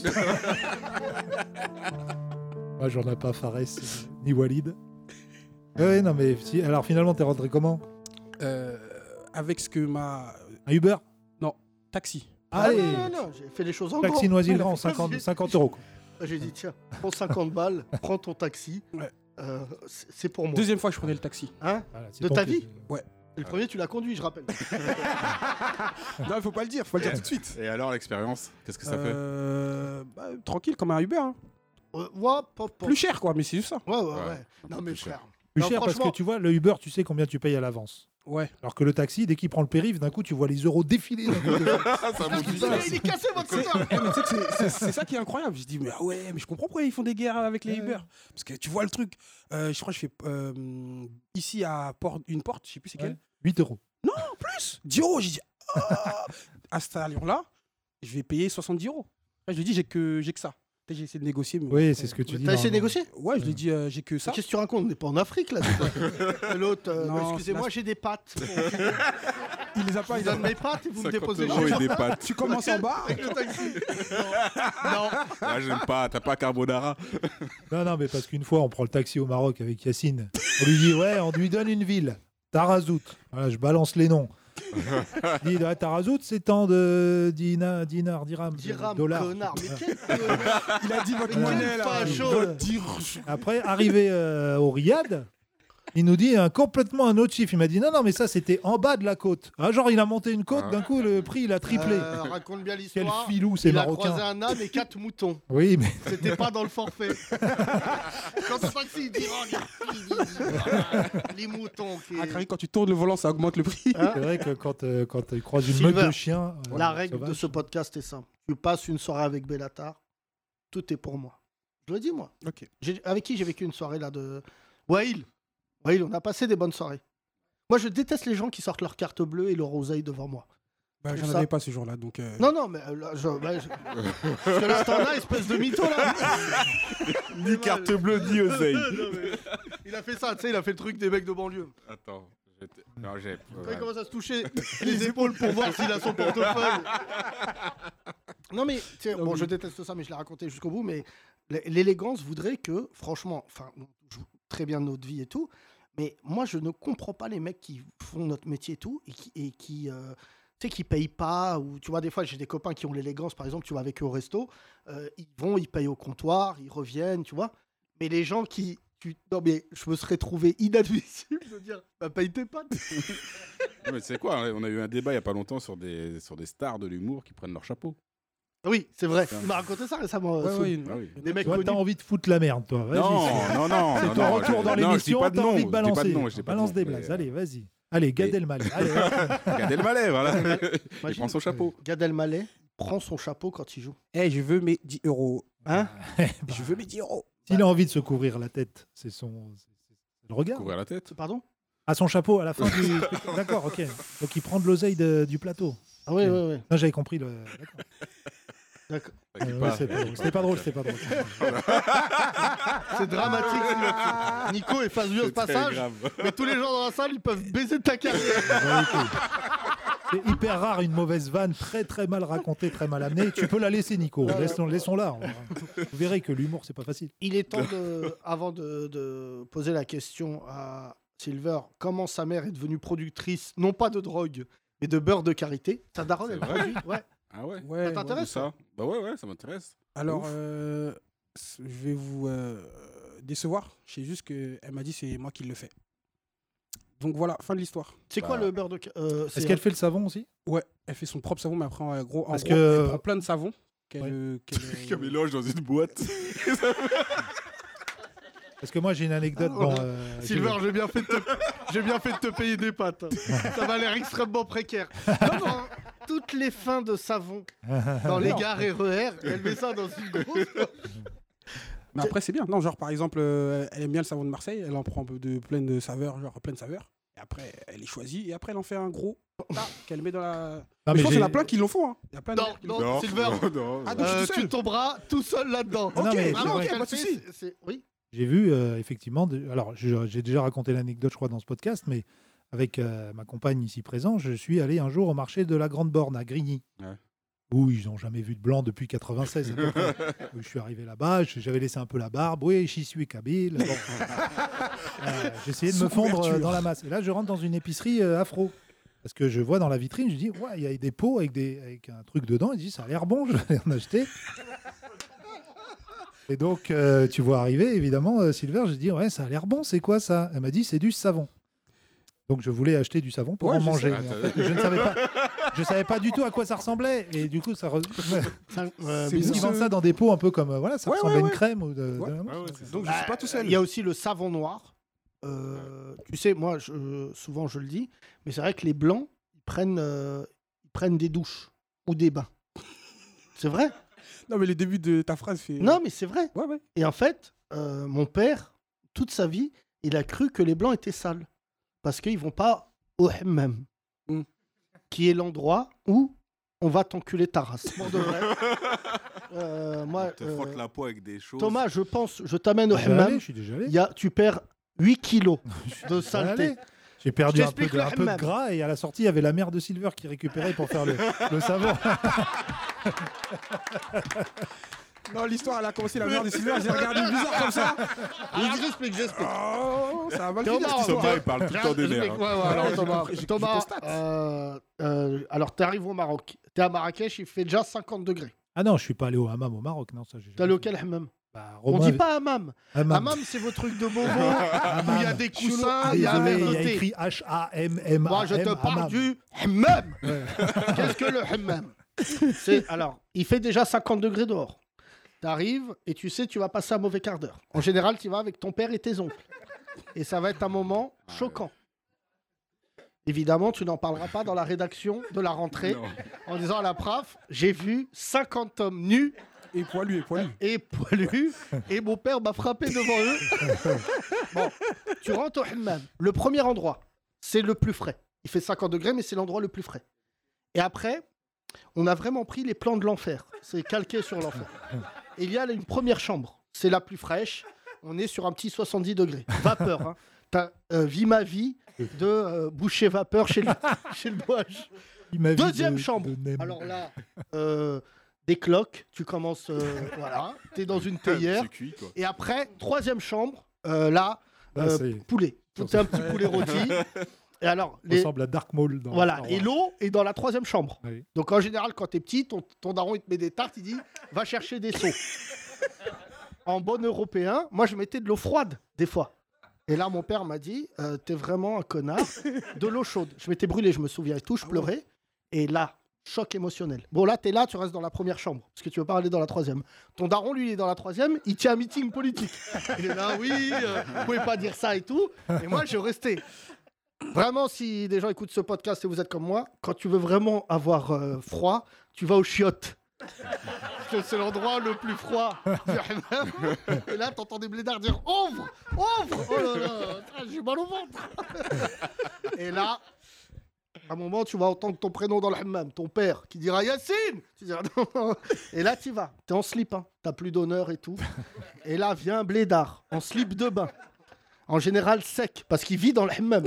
Moi, j'en ai pas Fares euh, ni Walid. Ouais, non, mais si- alors finalement, t'es rentré comment? Euh, avec ce que ma. Un Uber? Taxi. Ah Allez, non, non, non, j'ai fait les choses en taxi grand. Noisy-le-Grand, cinquante, cinquante euros. quoi. J'ai dit, tiens, prends cinquante balles, prends ton taxi. Ouais. Euh, c'est c'est pour moi. Deuxième fois que je prenais le taxi. Hein Voilà, c'est De ton ta kiff. vie Ouais. Et le premier, tu l'as conduit, je rappelle. Non, il faut pas le dire, faut pas le dire tout de suite. Et alors, l'expérience? Qu'est-ce que ça fait? Euh, bah, tranquille, comme un Uber. hein. Euh, ouais, pop, pop. Plus cher, quoi, mais c'est juste ça. Ouais, ouais, ouais. Ouais, un Non, peu mais plus cher. frère. Plus Non, cher parce franchement- que tu vois, le Uber, tu sais combien tu payes à l'avance. Ouais. Alors que le taxi, dès qu'il prend le périph', d'un coup, tu vois les euros défiler. d'un coup. Ça monte vite. Putain, il est cassé, votre scooter. Eh, mais tu sais que c'est- c'est c'est ça qui est incroyable. Je dis, mais ah ouais, mais je comprends pourquoi ils font des guerres avec les Ouais. Uber. Parce que tu vois le truc. euh, je crois que je fais euh, ici à Port- une porte, je sais plus c'est quelle. Ouais. huit euros. En plus, dix euros. J'ai dit, ah à cet allure-là, je vais payer soixante-dix euros. Après, je lui ai dit, j'ai que, j'ai que ça. Peut-être j'ai essayé de négocier. Mais Oui, c'est ce que tu dis. T'as essayé de normalement. négocier? Ouais, je lui ai dit, euh, j'ai que ça. Qu'est-ce que tu racontes? On n'est pas en Afrique, là. c'est pas- Et l'autre, euh, Non, excusez-moi, là- j'ai des pâtes. Il les a Je pas, vous il a donne mes pâtes et vous me cinquante déposez euros chez et moi. des pâtes. Tu commences en bas. Avec le taxi. Non. Ah, j'aime pas. T'as pas carbonara? Non, non, mais parce qu'une fois, on prend le taxi au Maroc avec Yacine. On lui dit, ouais, on lui donne une ville. Tarazout. Voilà, je balance les noms. Il dit, ouais, Tarazout, c'est tant de dina, dinars, dirhams, Dirham, dollars. connard. Mais Ouais. quel connard. Il a dit votre Mais monnaie quel là. facho. Votre dir- Après, arrivé euh, au Riyad, il nous dit un, complètement un autre chiffre. Il m'a dit, non, non, mais ça, c'était en bas de la côte. Ah, genre, il a monté une côte, Ah. d'un coup, le prix, il a triplé. Euh, raconte bien Quel l'histoire. filou, ces Il a croisé Marocains. un âne et quatre moutons. Oui, mais C'était pas dans le forfait. Quand le taxi il dit, oh, les filles, il dit, voilà, les moutons. qui- Ah, Karine, quand tu tournes le volant, ça augmente le prix. Hein c'est vrai que quand, euh, quand il croise une Silver, meute de chiens. euh, La règle sauvages, de ce podcast est simple. Tu passes une soirée avec Bellatar, tout est pour moi. Je le dis, moi. Ok. J'ai- Avec qui j'ai vécu une soirée là de. Waïl. Waïl, on a passé des bonnes soirées. Moi, je déteste les gens qui sortent leur carte bleue et leur oseille devant moi. Bah, j'en Ça- avais pas ce jour-là, donc. euh, Non, non, mais euh, là, je. bah, je... Parce que là, t'en as, espèce de mytho là. Ni carte bleue, ni oseille. Non, mais il a fait ça, tu sais, il a fait le truc des mecs de banlieue. Attends. j'étais- Non, j'ai. Quand il commence à se toucher les épaules pour voir s'il a son portefeuille. Non mais, tu sais, bon, je déteste ça, mais je l'ai raconté jusqu'au bout, mais l- l'élégance voudrait que, franchement, enfin, on joue très bien notre vie et tout, mais moi, je ne comprends pas les mecs qui font notre métier et tout, et qui, et qui euh, tu sais, qui payent pas, ou tu vois, des fois, j'ai des copains qui ont l'élégance, par exemple, tu vas avec eux au resto, euh, ils vont, ils payent au comptoir, ils reviennent, tu vois, mais les gens qui... tu- Non mais je me serais trouvé inadmissible de dire bah paye tes pattes. Non, mais tu sais quoi, hein, on a eu un débat il y a pas longtemps sur des, sur des stars de l'humour qui prennent leur chapeau. Oui, c'est vrai. Il m'a raconté ça récemment. Ouais, Soul. ouais, une- Ah oui. Des mecs Toi, connus. t'as envie de foutre la merde, toi. Vas-y. Non, non, non. C'est non, ton non, retour je- dans non, je dis l'émission, pas de t'as nom, envie je de dis pas balancer. de nom, je dis pas de Balance nom, des mais, blazes, euh, allez, vas-y. Allez, Gad Et- Elmaleh. Allez, hop. Gad Elmaleh, voilà. Il Imagine, prend son chapeau. Gad Elmaleh prend son chapeau quand il joue. Eh, je veux mes dix euros. Hein Je veux mes dix euros. S'il a envie de se couvrir la tête, c'est son. c'est- c'est le regard. Couvrir la tête. Pardon À son chapeau à la fin du. D'accord, ok. Donc il prend de l'oseille de- du plateau. Ah oui, Ok. oui, oui. Non, j'avais compris le. D'accord. D'accord. T'inquiète Euh, pas. ouais, c'était pas drôle, c'était pas drôle, c'était pas drôle. C'est dramatique. ce mec. Nico est face du C'est très passage, grave. mais tous les gens dans la salle, ils peuvent baiser ta carrière. C'est hyper rare une mauvaise vanne, très très mal racontée, très mal amenée. Tu peux la laisser, Nico. Laissons- Laissons-la. Vous verrez que l'humour, c'est pas facile. Il est temps, de, avant de, de poser la question à Silver, comment sa mère est devenue productrice, non pas de drogue, mais de beurre de karité. Sa daronne, C'est elle vrai produit. Ouais. Ah ouais. Ouais. Ça t'intéresse Ça Bah ouais, ouais, ça m'intéresse. Alors, Ouf. euh, c- je vais vous euh, décevoir. Je sais juste qu'elle m'a dit c'est moi qui le fais. Donc voilà, fin de l'histoire. C'est quoi Bah. le beurre de karité euh, Est-ce c'est- qu'elle fait le savon aussi? Ouais, elle fait son propre savon, mais après, en gros, en Parce gros, que- elle prend plein de savon qu'elle Ouais. euh, qu'elle, euh, Qui mélange dans une boîte. Parce que moi, j'ai une anecdote. Ah, Bon, ouais. euh, Silver, j'ai bien, fait de te... j'ai bien fait de te payer des pâtes. Ça m'a l'air extrêmement précaire. Non, non, toutes les fins de savon dans les gares R E R, elle met ça dans une grosse. Mais après, c'est bien. Non, genre, par exemple, euh, elle aime bien le savon de Marseille. Elle en prend un peu de plein de saveurs, genre plein de saveurs. Et après, elle les choisit. Et après, elle en fait un gros tas qu'elle met dans la. Non, Mais mais je pense qu'il y en a j'ai- plein qui l'en font. Hein. Il y a plein de Non, mecs qui non. le font. Silver. non, non. Ah, donc, je suis Euh, tout tu seul. tomberas tout seul là-dedans. Non, mais vraiment, c'est ok, vrai. pas de C'est- souci. c'est- Oui. J'ai vu, euh, effectivement, de- alors je- j'ai déjà raconté l'anecdote, je crois, dans ce podcast, mais avec euh, ma compagne ici présente, je suis allé un jour au marché de la Grande Borne à Grigny, Ouais. où ils n'ont jamais vu de blanc depuis quatre-vingt-seize. à peu près. Donc, je suis arrivé là-bas, je- j'avais laissé un peu la barbe, oui, j'y suis kabyle. Bon. Euh, J'essayais de me Sous fondre euh, couverture. dans la masse. Et là, je rentre dans une épicerie euh, afro. Parce que je vois dans la vitrine, je dis, ouais, il y a des pots avec, des, avec un truc dedans. Il dit, ça a l'air bon, je vais en acheter. Et donc, euh, tu vois arriver, évidemment, euh, Silver, je dis, ouais, ça a l'air bon, c'est quoi ça? Elle m'a dit, c'est du savon. Donc, je voulais acheter du savon pour Ouais, en je manger. sais. Mais en fait, je ne savais pas, je savais pas du tout à quoi ça ressemblait. Et du coup, ça re- Ça, euh, C'est parce bisous. qu'ils vendent ça dans des pots un peu comme, euh, voilà, ça Ouais, ressemble ouais, à une ouais. crème. Ou de, Ouais. de- Ouais, ouais, c'est ça. Donc, je suis pas tout seul. Il y a aussi le savon noir. Euh, tu sais, moi, je- souvent je le dis, mais c'est vrai que les blancs, ils prennent, euh, ils prennent des douches ou des bains. C'est vrai. Non, mais le début de ta phrase fait. Non, mais c'est vrai. Ouais, ouais. Et en fait, euh, mon père, toute sa vie, il a cru que les blancs étaient sales. Parce qu'ils vont pas au hammam, Mm. qui est l'endroit où on va t'enculer ta race. Pour de vrai. Euh, moi, On te euh, frotte la peau avec des choses. Thomas, je pense, je t'amène au Je suis déjà allé, hammam. je suis déjà allé. Il y a, tu perds huit kilos de Allez. saleté. J'ai perdu Je un peu, t'explique de, le un peu de hammam. gras et à la sortie, il y avait la mère de Silver qui récupérait pour faire le, le savon. Non, l'histoire, elle a commencé la merde de Silver. J'ai regardé bizarre comme ça. J'explique, j'explique. Oh, ça a mal Thomas, fini cette Thomas, histoire. il parle tout le temps des J'explique, nerfs. ouais, ouais, Ouais, alors, j'ai Thomas, compris, j'ai- je Thomas, constate. euh, euh, alors t'arrives au Maroc. T'es à Marrakech, il fait déjà cinquante degrés. Ah non, je suis pas allé au hammam au Maroc. Non, ça, j'ai T'es jamais allé fait. auquel hammam? Bah, On Romain- dit pas hammam. hammam. Hammam, c'est vos trucs de bobo où il y a des coussins, il y a un Désolé, verre il de y a thé. écrit H A M M A M. Moi, je te parle hammam. du hammam. Ouais. Qu'est-ce que le hammam? C'est alors, il fait déjà cinquante degrés dehors. T'arrives et tu sais, tu vas passer un mauvais quart d'heure. En général, tu vas avec ton père et tes oncles. Et ça va être un moment choquant. Évidemment, tu n'en parleras pas dans la rédaction de la rentrée Non. en disant à la prof, j'ai vu cinquante hommes nus Et poilu, et poilu. et poilus et mon père m'a frappé devant eux. Bon, tu rentres au hammam. Le premier endroit, c'est le plus frais. Il fait cinquante degrés, mais c'est l'endroit le plus frais. Et après, on a vraiment pris les plans de l'enfer. C'est calqué sur l'enfer. Et il y a une première chambre. C'est la plus fraîche. On est sur un petit soixante-dix degrés. Vapeur. Hein. T'as euh, Vie ma vie de euh, boucher vapeur chez le, chez le Bouage. Il m'a vu Deuxième de- chambre. de Nem. Alors là, euh, des cloques. Tu commences. euh, voilà. T'es dans une théière. C'est cuit, quoi. Et après, troisième chambre. euh, là, Là, euh, ça y est. poulet. Tout un petit poulet rôti. Et alors, les, ressemble à Dark Maul. Dans voilà. Star Et Wars. l'eau est dans la troisième chambre. Oui. Donc en général, quand t'es petit, ton, ton daron il te met des tartes, il dit va chercher des seaux. En bon européen, moi je mettais de l'eau froide des fois. Et là, mon père m'a dit euh, t'es vraiment un connard. De l'eau chaude. Je m'étais brûlé, je me souviens et tout, je pleurais. Et là, choc émotionnel. Bon, là, t'es là, tu restes dans la première chambre, parce que tu veux pas aller dans la troisième. Ton daron, lui, il est dans la troisième, il tient un meeting politique. Il est là, oui, euh, vous pouvez pas dire ça et tout. Et moi, je restais. Vraiment, si des gens écoutent ce podcast et vous êtes comme moi, quand tu veux vraiment avoir euh, froid, tu vas aux chiottes. Parce que c'est l'endroit le plus froid. Et là, t'entends des blédards dire « Ouvre, ouvre !» Oh là là, j'ai mal au ventre. Et là, à un moment, tu vas entendre ton prénom dans le hammam, ton père, qui dira « Yacine !» Tu diras « Non, non !» Et là, tu vas. T'es en slip, hein. T'as plus d'honneur et tout. Et là, vient un blédard, en slip de bain. En général sec, parce qu'il vit dans le hammam.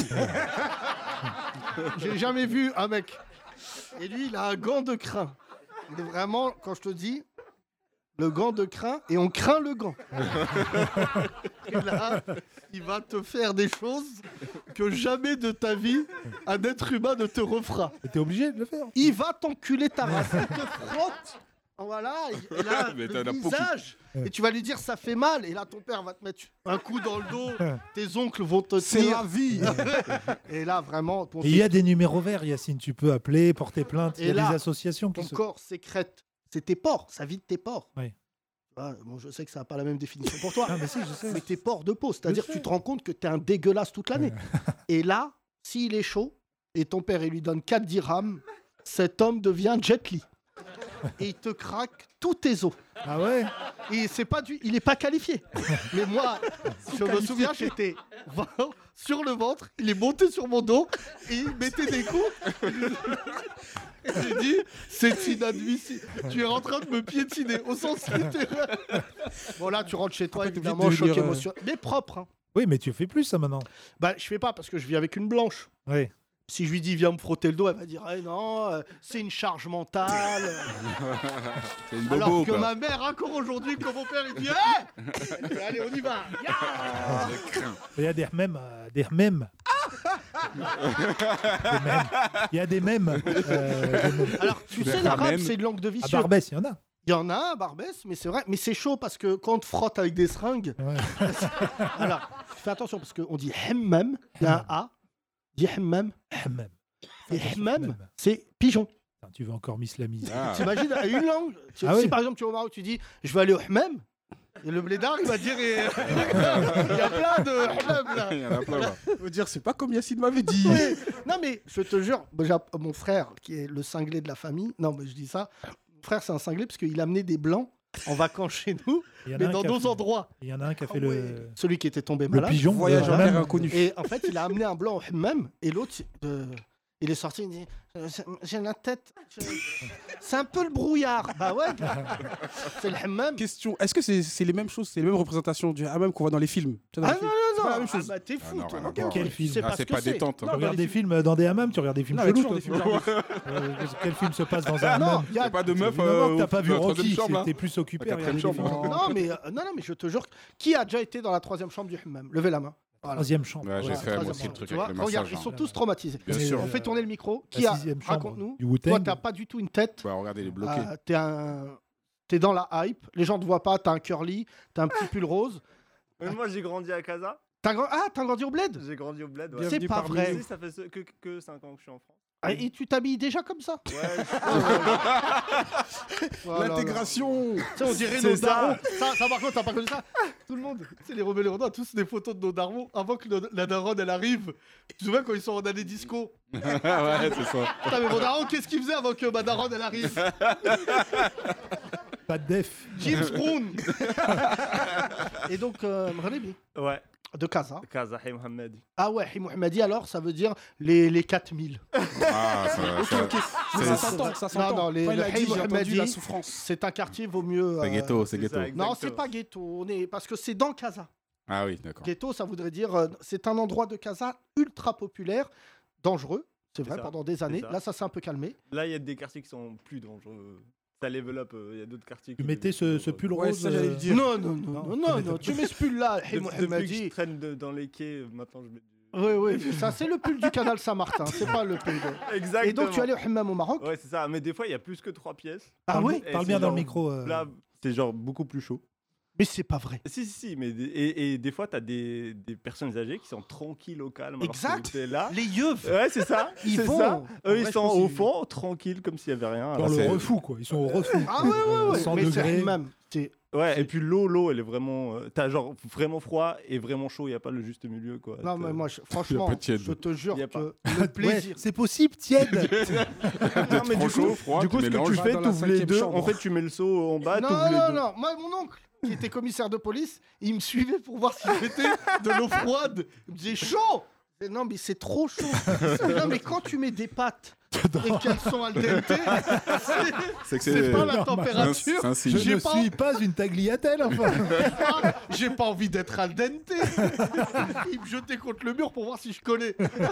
J'ai jamais vu un mec. Et lui, il a un gant de crin. Il est vraiment, quand je te dis, le gant de crin, et on craint le gant. Et là, il va te faire des choses que jamais de ta vie, un être humain ne te refera. Et t'es obligé de le faire. Il va t'enculer ta race. Il te frotte. Voilà, et là, Mais t'as le la peau qui- visage. Et tu vas lui dire, ça fait mal. Et là, ton père va te mettre un coup dans le dos. Tes oncles vont te C'est tenir. la vie. Et là, vraiment, ton, Et il y a des numéros verts, Yacine. Tu peux appeler, porter plainte. Il y Et a là, des associations qui ton se... corps sécrète. C'est tes pores, ça vide tes pores. Oui. Ah, bon, je sais que ça n'a pas la même définition pour toi. Ah, mais si, je sais. Mais tes pores de peau, c'est-à-dire Je que tu sais. te rends compte que tu es un dégueulasse toute l'année. Et là, s'il est chaud, et ton père il lui donne quatre dirhams, cet homme devient Jet Li. Et il te craque tous tes os. Ah ouais. Et c'est pas du... il n'est pas qualifié. Mais moi, je me souviens, j'étais sur le ventre, il est monté sur mon dos, et il mettait des coups. Et j'ai dit, c'est inadmissible. Tu es en train de me piétiner, au sens littéral. Bon là, tu rentres chez toi, Après, t'es évidemment, obligé de choc devenir, euh, émotionnel. Mais propre, hein. Oui, mais tu fais plus ça maintenant. Bah, je fais pas parce que je vis avec une blanche. Oui. Si je lui dis viens me frotter le dos, elle va dire eh non, euh, c'est une charge mentale. C'est une bobo, Alors que quoi. ma mère encore aujourd'hui, quand mon père il dit hey elle dit, allez on y va. Ya Il y a des mèmes. euh, Des mèmes. Des mèmes. Il y a des mèmes. euh, des mèmes. Alors tu Des sais l'arabe ramen. c'est une langue de vie À sûre. Barbès, il y en a. Il y en a un Barbès, mais c'est vrai, mais c'est chaud parce que quand on te frotte avec des seringues. Ouais. Alors fais attention parce qu'on dit hammam, il y a un A, dit hammam, Hammam. et Attention, hammam hammam. c'est pigeon. Putain, tu veux encore m'islamiser. Ah. T'imagines à une langue. Tu- Ah si oui. par exemple tu vas au Maroc, tu dis je vais aller au hammam. Et le blédard, il va dire et- il y a plein de hammam là. Il y en a plein, là. Faut dire, c'est pas comme Yacine m'avait dit. Mais- non mais je te jure, moi, j'ai- mon frère qui est le cinglé de la famille, non mais je dis ça, mon frère c'est un cinglé parce qu'il amenait des blancs en vacances chez nous, Il y en a mais un dans qui a nos fait- endroits. Il y en a un qui a fait Ah ouais. le, Celui qui était tombé le malade. pigeon. Voyage le en terre hammam. inconnue. Et en fait, il a amené un blanc au hammam et l'autre, euh, il est sorti, il dit euh, j'ai la tête, je- c'est un peu le brouillard. Bah ouais, c'est le hammam. Question, est-ce que c'est c'est les mêmes choses, c'est les mêmes représentations du hammam qu'on voit dans les films? Tu vois, dans Ah les non, films non, C'est pas non, la même ah, chose. bah t'es Ah fou, non, toi. rien à ok, voir. tu Quel film sais pas Ah, ce c'est que pas détente. Non, hein. Tu regardes des films dans des hammams, tu regardes des films Non, il y a chelous. toujours des toi. films genre- Euh, Quel film se passe dans un Non, hammam il y a- Y a pas de meuf Évidemment que euh, t'as pas vu dans la troisième Rocky, chambre, là. t'es plus occupé La à regarder quatrième des chambre. films. Non mais, euh, non, non, mais je te jure, qui a déjà été dans la troisième chambre du hammam? Levez la main. Voilà. Troisième chambre. Ouais, j'ai Ouais, fait moi troisième aussi le chambre. truc Tu vois, avec le regarde, massage. ils sont hein. tous traumatisés. Bien Mais, sûr. euh, On fait tourner le micro. La Qui a sixième chambre Raconte-nous. du Wu-Tang. Toi, t'as pas du tout une tête. Ouais, regardez, il est bloqué. Euh, t'es un... t'es dans la hype. Les gens te voient pas. T'as un curly. T'as un petit pull rose. Mais moi, j'ai grandi à Casa. T'as grand- Ah, t'as grandi au bled. J'ai grandi au bled. Ouais. Bienvenue C'est pas parmi vrai. nous. Si, ça fait ce- que, que cinq ans que je suis en France. Ah, et tu t'habilles déjà comme ça. Ouais, Voilà, L'intégration. Tu sais, on dirait C'est nos ça. darons. Ça, ça, par contre, t'as pas connu ça. Tout le monde, tu sais, les rebelles et Renaud, tous des photos de nos darons avant que le- la daronne elle arrive. Tu te souviens quand ils sont en année disco? ouais, c'est ça. Putain, mais mon daron, qu'est-ce qu'il faisait avant que ma daronne elle arrive? Pas de def. James Brown. Et donc, euh, Mghalibi, ouais. de Casa. Casa, Hay Mohamed. Ah ouais, Mohamedi, alors ça veut dire les, les quatre mille. Ah, ça, Ok, ça- ok. c'est- Ça s'entend, ça s'entend. Non, non, les- Quand il le a dit, Hay j'ai entendu Mohammadi, la souffrance. C'est un quartier, vaut mieux. C'est euh, ghetto, c'est c'est ghetto. ça, Non, exactement. c'est pas ghetto. On est... Parce que c'est dans Casa. Ah oui, d'accord. Ghetto, ça voudrait dire. euh, c'est un endroit de Casa ultra populaire, dangereux. C'est C'est vrai, ça, pendant des c'est années. ça. Là, ça s'est un peu calmé. Là, il y a des quartiers qui sont plus dangereux. Ça level up. euh, Il y a d'autres quartiers Tu qui mettais ce, ce pull Ouais, rose. ça, j'allais le euh, dire. Non, non, non, Non, non, tu non, mettais non. pas. Tu mets ce pull-là, Hay Depuis depuis que je Mohammadi. traîne de- dans les quais, euh, maintenant je mets du. Oui, oui, ça, c'est le pull du canal Saint-Martin. C'est pas le pull de. Exactement. Et donc, tu allais au hammam au Maroc. Ouais, c'est ça. Mais des fois, il y a plus que trois pièces. Ah parle- oui. Et Parle c'est bien dans le genre- micro. euh. Là, c'est genre beaucoup plus chaud. Mais c'est pas vrai. Si, si, si, mais des- et, et des fois, t'as des, des personnes âgées qui sont tranquilles au calme. alors que Exact. t'es là. Les yeux. Ouais, c'est ça. Ils c'est vont. ça. En Eux, vrai, ils je sont pense au qu'ils- fond, tranquilles, comme s'il y avait rien. Dans alors le c'est- refou, quoi. Ils sont au refou. Ah ouais, ouais, ouais. cent Mais c'est degrés. même. C'est... Ouais, et puis l'eau, l'eau, elle est vraiment. euh, t'as genre vraiment froid et vraiment chaud, il n'y a pas le juste milieu, quoi. Non, T'as- mais moi, je- franchement, pas de tiède. je te jure Y a que pas. le plaisir. Ouais, c'est possible, tiède. Non, mais du Trop coup, chaud, froid, du tu coup, ce que mélanges. tu Va fais, dans la t'ouvres les cinquième deux. chambre. En fait, tu mets le seau en bas, Non, t'ouvres les non, deux. non, moi, mon oncle, qui était commissaire de police, il me suivait pour voir si j'étais de l'eau froide. Il me disait chaud. Je disais, non, mais c'est trop chaud. Non, mais quand tu mets des pâtes et qu'elles sont al dente, c'est, C'est que c'est c'est pas la normal. température. C'est un signe. Je J'ai ne pas- suis pas une tagliatelle, enfin. J'ai pas envie d'être al dente. Il me jetait contre le mur pour voir si je connais.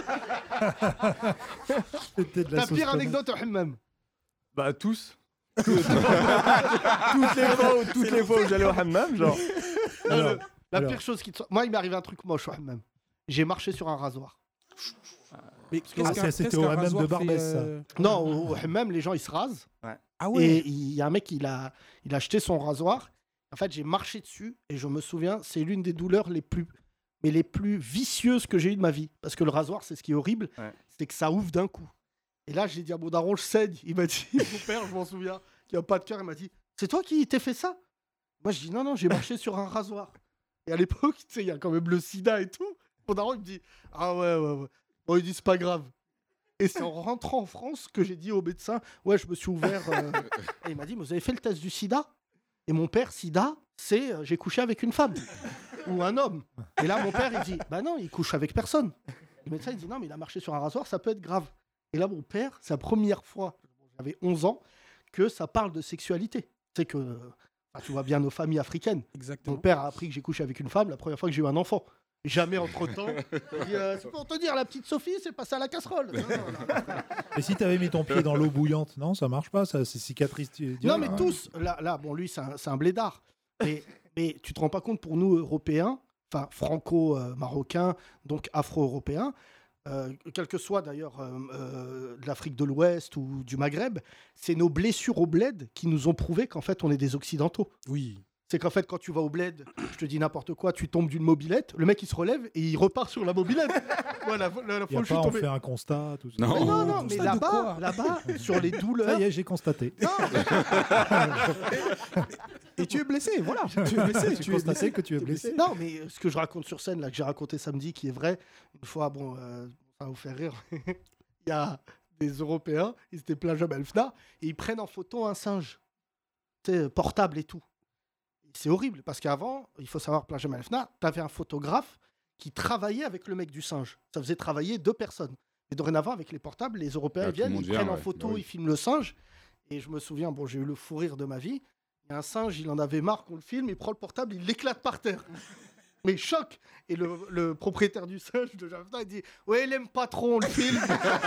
C'était de la Ta sauce pire tomate. anecdote, Hammam. Bah, tous. toutes les fois où, toutes les fois où j'allais au hammam, genre. Alors, Le- La alors. pire chose qui te soit. Moi, il m'est arrivé un truc moche au Hammam. J'ai marché sur un rasoir. Mais Ah, qu'est-ce ça, qu'un- c'était qu'est-ce au qu'un hammam de rasoir fait, Barbès, ça. euh, Non, au, au Hammam, les gens, ils se rasent. Ah Et ouais. il y a un mec, il a, il a acheté son rasoir. En fait, j'ai marché dessus et je me souviens, c'est l'une des douleurs les plus, mais les plus vicieuses que j'ai eues de ma vie. Parce que le rasoir, c'est ce qui est horrible, Ouais. c'est que ça ouvre d'un coup. Et là, j'ai dit à mon daron, je saigne. Il m'a dit, mon père, je m'en souviens, qui a pas de cœur, il m'a dit, c'est toi qui t'es fait ça? Moi, je dis, non, non, j'ai marché sur un rasoir. Et à l'époque, tu sais, il y a quand même le sida et tout. Mon daron, il me dit, ah ouais, ouais, ouais. Bon, il dit, c'est pas grave. Et c'est en rentrant en France que j'ai dit au médecin, ouais, je me suis ouvert. euh, Et il m'a dit, mais vous avez fait le test du sida? Et mon père, sida, c'est euh, j'ai couché avec une femme ou un homme. Et là, mon père, il dit, bah non, il couche avec personne. Le médecin, il dit, non, mais il a marché sur un rasoir, ça peut être grave. Et là, mon père, c'est la première fois, j'avais onze ans, que ça parle de sexualité. C'est que, euh, enfin, tu vois bien nos familles africaines. Mon Exactement. père a appris que j'ai couché avec une femme la première fois que j'ai eu un enfant. Jamais entre-temps. Il dit, euh, c'est pour te dire, la petite Sophie, c'est passé à la casserole. Non, non, non. Et si t'avais mis ton pied dans l'eau bouillante, non, ça marche pas, ça, c'est cicatrice. tu- Non, mais Ouais. tous, là, là bon, lui, c'est un, c'est un blédard. Mais, mais tu te rends pas compte, pour nous, Européens, enfin, franco-marocains, donc afro-européens, euh, quel que soit d'ailleurs euh, euh, de l'Afrique de l'Ouest ou du Maghreb, c'est nos blessures au bled qui nous ont prouvé qu'en fait, on est des Occidentaux. Oui. C'est qu'en fait, quand tu vas au bled, je te dis n'importe quoi, tu tombes d'une mobilette, le mec il se relève et il repart sur la mobilette. Voilà, la, la, Y fois a où je suis pas, on tombé. fait un constat, tout ça. Non. Mais non, non, constat mais de là-bas, quoi là-bas, sur les douleurs. Ça y est, j'ai constaté. Non, Et tu es blessé, voilà. Tu es blessé, J'ai tu es constaté blessé. que tu es blessé. non, mais ce que je raconte sur scène, là, que j'ai raconté samedi, qui est vrai, une fois, bon, euh, ça va vous faire rire, il y a des Européens, ils étaient plein Jam Elfna, et ils prennent en photo un singe, tu sais, portable et tout. C'est horrible, parce qu'avant, il faut savoir, plein Jam Elfna, tu avais un photographe qui travaillait avec le mec du singe. Ça faisait travailler deux personnes. Et dorénavant, avec les portables, les Européens Ah, ils tout le viennent, monde ils vient, prennent en ouais. photo, Bah oui. ils filment le singe. Et je me souviens, bon, j'ai eu le fou rire de ma vie. Il y a un singe, il en avait marre qu'on le filme, il prend le portable, il l'éclate par terre. Mais choc. Et le, le propriétaire du singe de Jafta, il dit, ouais, il aime pas trop, on le filme.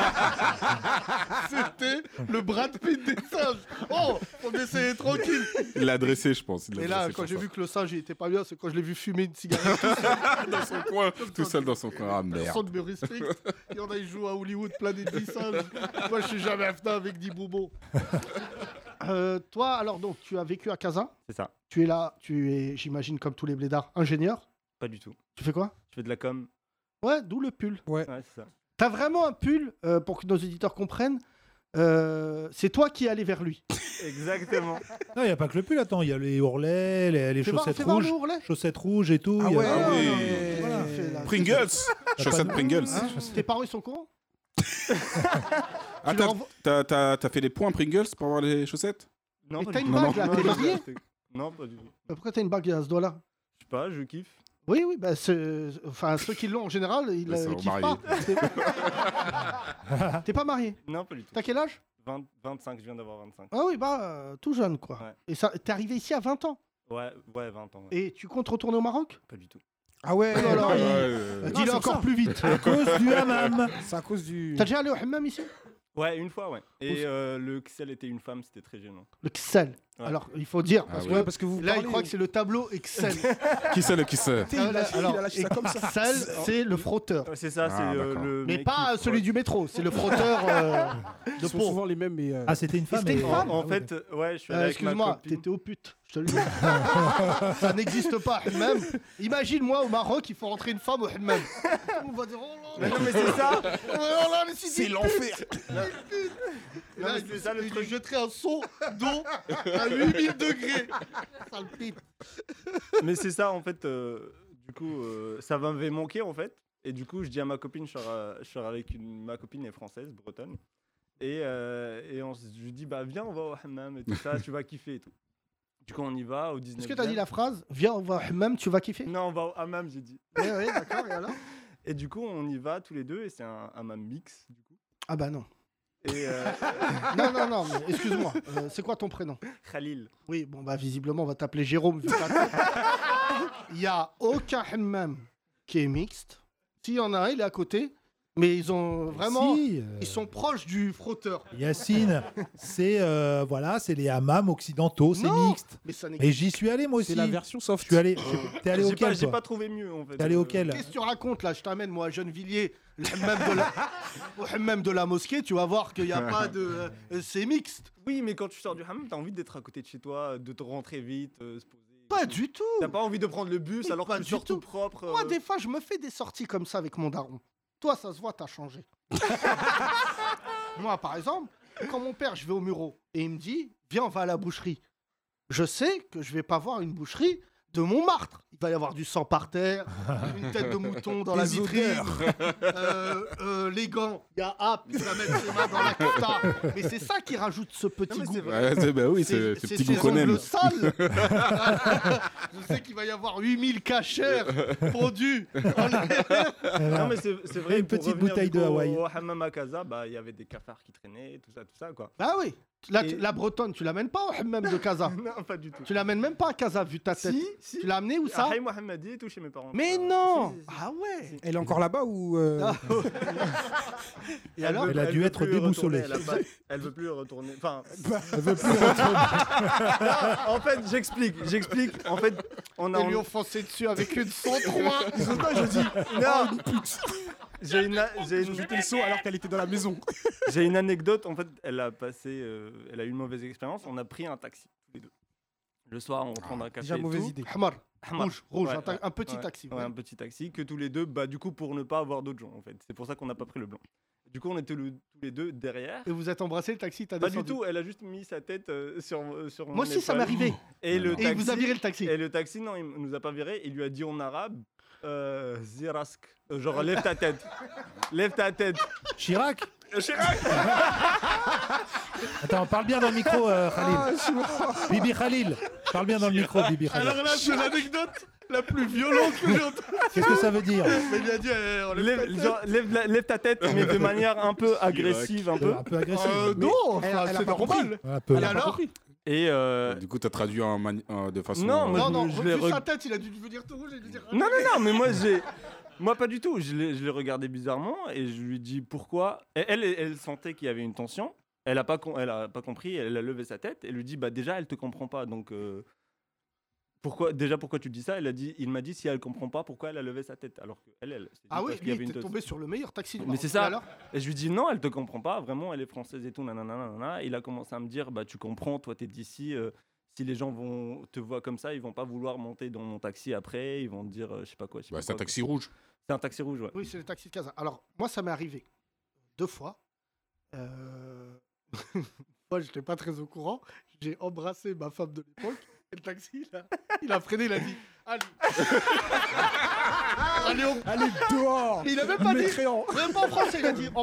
C'était le Brad Pitt des singes. Oh, on essayait tranquille. Il l'a adressé, je pense. il l'a Et là, adressé quand pour j'ai ça. vu que le singe, il était pas bien, c'est quand je l'ai vu fumer une cigarette. Dans son coin, tout seul dans son coin. Ah merde. Personne ne me respecte. Il y en a, ils jouent à Hollywood, plein des dix singes. Moi, je suis jamais after avec dix boubons. Euh, toi, alors, donc, tu as vécu à Casa. C'est ça. Tu es là, tu es, j'imagine, comme tous les blédards, ingénieur. Pas du tout. Tu fais quoi? Je fais de la com. Ouais, d'où le pull. Ouais, c'est ça. T'as vraiment un pull, euh, pour que nos éditeurs comprennent, euh, c'est toi qui es allé vers lui. Exactement. Non, il n'y a pas que le pull, attends, il y a les ourlets, les, les Fais voir- chaussettes fais voir rouges. le ourlet. Chaussettes rouges et tout. Ah il y a- ouais, Ah oui. non, non, voilà, fais la- Pringles. T'as Chaussettes pas de- Pringles. Hein Tes parents, ils sont courants? Ah, Tu t'as- leur envoies- t'as- t'as t'as fait les points Pringles pour avoir les chaussettes? Non, Mais pas t'as du une tout. bague, là, Non, t'es non, marié? c'était- Non, pas du tout. Mais pourquoi t'as une bague à ce doigt-là? Je sais pas, je kiffe. Oui, oui, bah c'est... Enfin, ceux qui l'ont en général, ils Ils ne sont kiffent mariés. pas. T'es- T'es pas marié? Non, pas du tout. T'as quel âge? vingt, vingt-cinq, je viens d'avoir vingt-cinq. Ah oui, bah, euh, tout jeune, quoi. Ouais. Et ça, t'es arrivé ici à vingt ans. Ouais, ouais, vingt ans. ouais. Et tu comptes retourner au Maroc? Pas du tout. Ah ouais, Oh là là, non, il- Ouais, il- euh, Non, Dis-le c'est encore ça. plus vite. À cause du hammam. c'est à cause du. T'as déjà allé au hammam ici? Ouais, une fois, ouais. Et euh, le Xel était une femme, c'était très gênant. Le Kessel. Ouais. Alors, il faut dire, Ah parce oui. que Ouais, parce que vous là, il parlez- croit que c'est le tableau Excel. Qui c'est le qui c'est Il a lâché- il a Alors, lâché ça comme ça. Excel, c'est le frotteur. Ouais, c'est ça, Ah, c'est euh, d'accord. le. Mais mec pas qui celui frotte. du métro, c'est le frotteur euh, de Ils sont peau. souvent les mêmes, mais. euh, Ah, c'était une femme. C'était une et- femme En, en Ah, fait, euh, ouais, je suis allé Euh, avec ma Excuse-moi, copine. t'étais au pute. Je te le dis. Ça n'existe pas, Hammam. Imagine-moi au Maroc, il faut rentrer une femme au Hammam. On va dire, oh là Mais là, non, mais c'est ça. oh là là, C'est l'enfer. Et Non, là, mais il c'est ça, le il truc. lui jetterait un seau d'eau à huit mille degrés. Ça le pipe. Mais c'est ça, en fait. euh, du coup, euh, ça m'avait manqué, en fait. Et du coup, je dis à ma copine, je sors, euh, je sors avec une. Ma copine est française, bretonne. Et, euh, et on, s- je lui dis, bah viens, on va au hammam et tout ça, tu vas kiffer et tout. Du coup, on y va au dix-neuvième. Est-ce que t'as dit la phrase viens, on va au Hammam, tu vas kiffer? Non, on va au hammam, j'ai dit. Oui, oui, d'accord, et alors? Et du coup, on y va tous les deux et c'est un hammam mix, du coup. Ah bah non. Et euh, Non, non, non, mais excuse-moi. euh, c'est quoi ton prénom? Khalil. Oui, bon, bah visiblement, on va t'appeler Jérôme. vu ta tête. Il n'y a aucun hammam qui est mixte. S'il y en a un, il est à côté. Mais ils ont vraiment. Si, euh, Ils sont proches du frotteur. Yacine, c'est euh, voilà, c'est les hammams occidentaux, c'est Non. mixte. Mais ça Et n'existe j'y suis allé moi aussi. C'est la version soft. Je suis allé. T'es allé J'ai auquel pas, j'ai toi pas trouvé mieux, en fait. T'es allé Euh, auquel Qu'est-ce que tu racontes là? Je t'amène moi à Gennevilliers, le hammam de la... au hammam de la mosquée. Tu vas voir qu'il n'y a pas de. euh, c'est mixte. Oui, mais quand tu sors du hammam, t'as envie d'être à côté de chez toi, de te rentrer vite, euh, se poser. Pas du tout. T'as pas envie de prendre le bus Mais alors pas que tu du sors tout tout. propre. Moi, euh, des fois, je me fais des sorties comme ça avec mon daron. Toi, ça se voit, t'as changé. Moi, par exemple, quand mon père, je vais au Muro et il me dit, viens, on va à la boucherie. Je sais que je vais pas voir une boucherie de Montmartre. Il va y avoir du sang par terre, une tête de mouton dans la Des vitrine, euh, euh, les gants. Il y a App, il va mettre ses mains dans la kefta. Mais c'est ça qui rajoute ce petit mais goût. c'est vrai. Ouais, c'est- bah oui, c'est ce petit goût ses qu'on aime. ongles sales. Je sais qu'il va y avoir huit mille cachères pondus. Non, mais c'est c'est vrai. Une pour petite revenir, bouteille du de coup, Hawaï. Au hammam à Casa, bah, il y avait des cafards qui traînaient, tout ça, tout ça, quoi. Ah oui. La, Et- la bretonne, tu l'amènes pas au hammam de Casa. Non, pas du tout. Tu l'amènes même pas à Casa vu ta tête. Si, si. Tu l'as amené où ça? Haï Mohammadi et tout chez mes parents. Mais Euh, non. si, si, si. Ah ouais. Elle est encore là-bas ou. euh, Ah. Et alors veut- Elle a dû veut être plus y déboussolée. retourner, Elle, a pas- elle veut plus retourner. Enfin, Elle veut plus retourner. en fait, j'explique, j'explique. En fait, on a. Ils lui ont foncé dessus avec une cent trois. je dis. Non, j'ai une, a- j'ai Ils ont une, jeté le saut alors qu'elle était dans la maison. j'ai une anecdote. En fait, elle a passé, euh, elle a eu une mauvaise expérience. On a pris un taxi tous les deux. Le soir, on prend un café. Déjà, et mauvaise tout. idée. Hamar. Hamar. Rouge, rouge, Ouais, un, ta- ouais, un petit ouais, taxi. ouais, ouais. un petit taxi que tous les deux, bah du coup pour ne pas avoir d'autres gens en fait. C'est pour ça qu'on n'a pas pris le blanc. Du coup on était le- tous les deux derrière. Et vous êtes embrassé, le taxi, t'as Pas descendu. du tout, elle a juste mis sa tête euh, sur euh, sur Moi mon aussi, ça épaule. m'est arrivé. Et le Et il vous a taxi- viré le taxi. Et le taxi non, il nous a pas viré, il lui a dit en arabe euh, Zirask, Euh, genre lève ta tête. Lève ta tête. Chirac. Chirac. Attends, parle bien dans le micro, euh, Khalil. Bibi Khalil. Parle bien dans le micro, Bibi Khalil. Alors là, c'est l'anecdote la plus violente que j'ai entendue. Qu'est-ce que ça veut dire Mais il a dit, eh, on lève Lève, genre, lève, la- lève ta tête mais de manière un peu agressive un peu. Un peu agressif. Euh, non, Elle- enfin, elle a c'est pas normal. Un peu. Et Elle a pas alors compris. Et euh, Du coup, t'as traduit en mani- en- de façon. Non, euh, moi, Non, je- non, je l'ai vu re- sa tête, il a dû venir te rouge et lui dire. Non, non, non, mais moi, j'ai. Moi, pas du tout. Je l'ai je l'ai regardé bizarrement et je lui dis pourquoi. Et Elle, elle, elle sentait qu'il y avait une tension. Elle a pas, com- elle a pas compris. Elle a levé sa tête et lui dit bah déjà, elle te comprend pas. Donc euh, pourquoi déjà pourquoi tu dis ça? Elle a dit, il m'a dit si elle comprend pas pourquoi elle a levé sa tête. Alors que elle, elle. s'est dit Ah oui, parce qu'il y lui, avait il une était tension. tombé sur le meilleur taxi du Mais Maroc. c'est ça. Et alors Et je lui dis non, elle te comprend pas. Vraiment, elle est française et tout. Nanana, nanana. Il a commencé à me dire bah tu comprends, toi t'es d'ici. euh, si les gens vont te voir comme ça, ils vont pas vouloir monter dans mon taxi après. Ils vont te dire euh, je sais pas quoi. je sais Bah, pas c'est un quoi, taxi quoi. rouge. C'est un taxi rouge, ouais. Oui, c'est le taxi de Casa. Alors, moi, ça m'est arrivé deux fois. Euh... moi, je n'étais pas très au courant. J'ai embrassé ma femme de l'époque. Et le taxi, il a, il a freiné, il a dit allez. allez, on... Allez, dehors. Il a même pas dit, Mécréant. même pas en français, il a dit hop.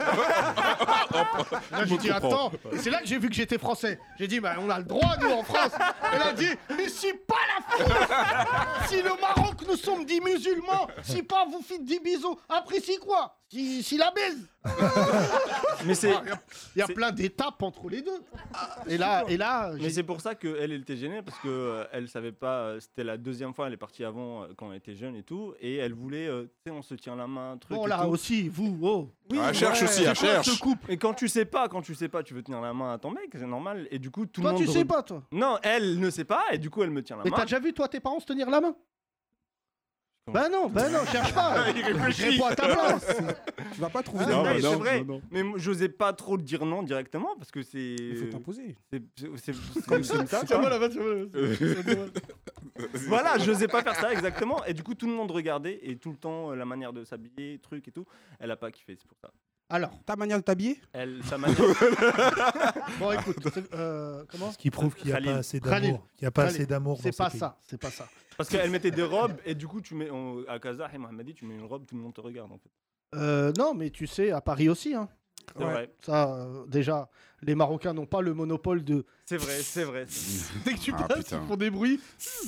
Là, j'ai dit attends. Et c'est là que j'ai vu que j'étais français. J'ai dit, bah, on a le droit, nous, en France. Elle a dit, mais si pas la France. Si le Maroc, nous sommes dix musulmans. Si pas, vous faites dix bisous. Après, si quoi? Si, si la baise. Mais c'est. Il y a plein d'étapes entre les deux. Et là, et là. Mais c'est pour ça qu'elle, elle était gênée parce que euh, elle savait pas. euh, C'était la deuxième fois. Elle est partie avant euh, quand elle était jeune et tout. Et elle voulait. euh, Tu sais, on se tient la main, truc. Bon et là tout. aussi, vous, oh. Oui, Ah, elle cherche aussi, elle C'est quoi cherche. ce couple? Et quand tu sais pas, quand tu sais pas, tu veux tenir la main à ton mec, c'est normal. Et du coup, tout Toi, le monde. tu sais re- pas, toi. Non, elle ne sait pas. Et du coup, elle me tient la Mais main. t'as déjà vu, toi, tes parents se tenir la main? Bah non, bah non, cherche pas. Il réfléchit. Je réponds à ta place. Tu vas pas trouver C'est ça. Non, vrai, mais c'est non, vrai. non, non. Mais moi, j'osais pas trop dire non directement parce que c'est. Il faut t'imposer. C'est c'est- c'est comme ça. tu Tiens, vois. voilà, vas-y, Voilà, je n'osais pas faire ça exactement. Et du coup, tout le monde regardait et tout le temps, euh, la manière de s'habiller, truc et tout. Elle a pas kiffé, c'est pour ça. Alors, Ta manière de t'habiller. Elle, sa manière. bon, écoute, c'est- euh, comment? Ce qui prouve qu'il n'y a Khalil. pas assez Khalil. d'amour. Qu'il n'y a pas Khalil. assez d'amour C'est dans pas ce pays. ça, c'est pas ça. Parce qu'elle mettait des robes et du coup, tu mets on- à Kazakh et Mohamed dit, tu mets une robe, tout le monde te regarde en fait. Euh, non, mais tu sais, à Paris aussi, hein. C'est vrai, Ça, euh, déjà, les Marocains n'ont pas le monopole de. c'est vrai, c'est vrai. Dès que tu Ah, passes, putain. ils font des bruits.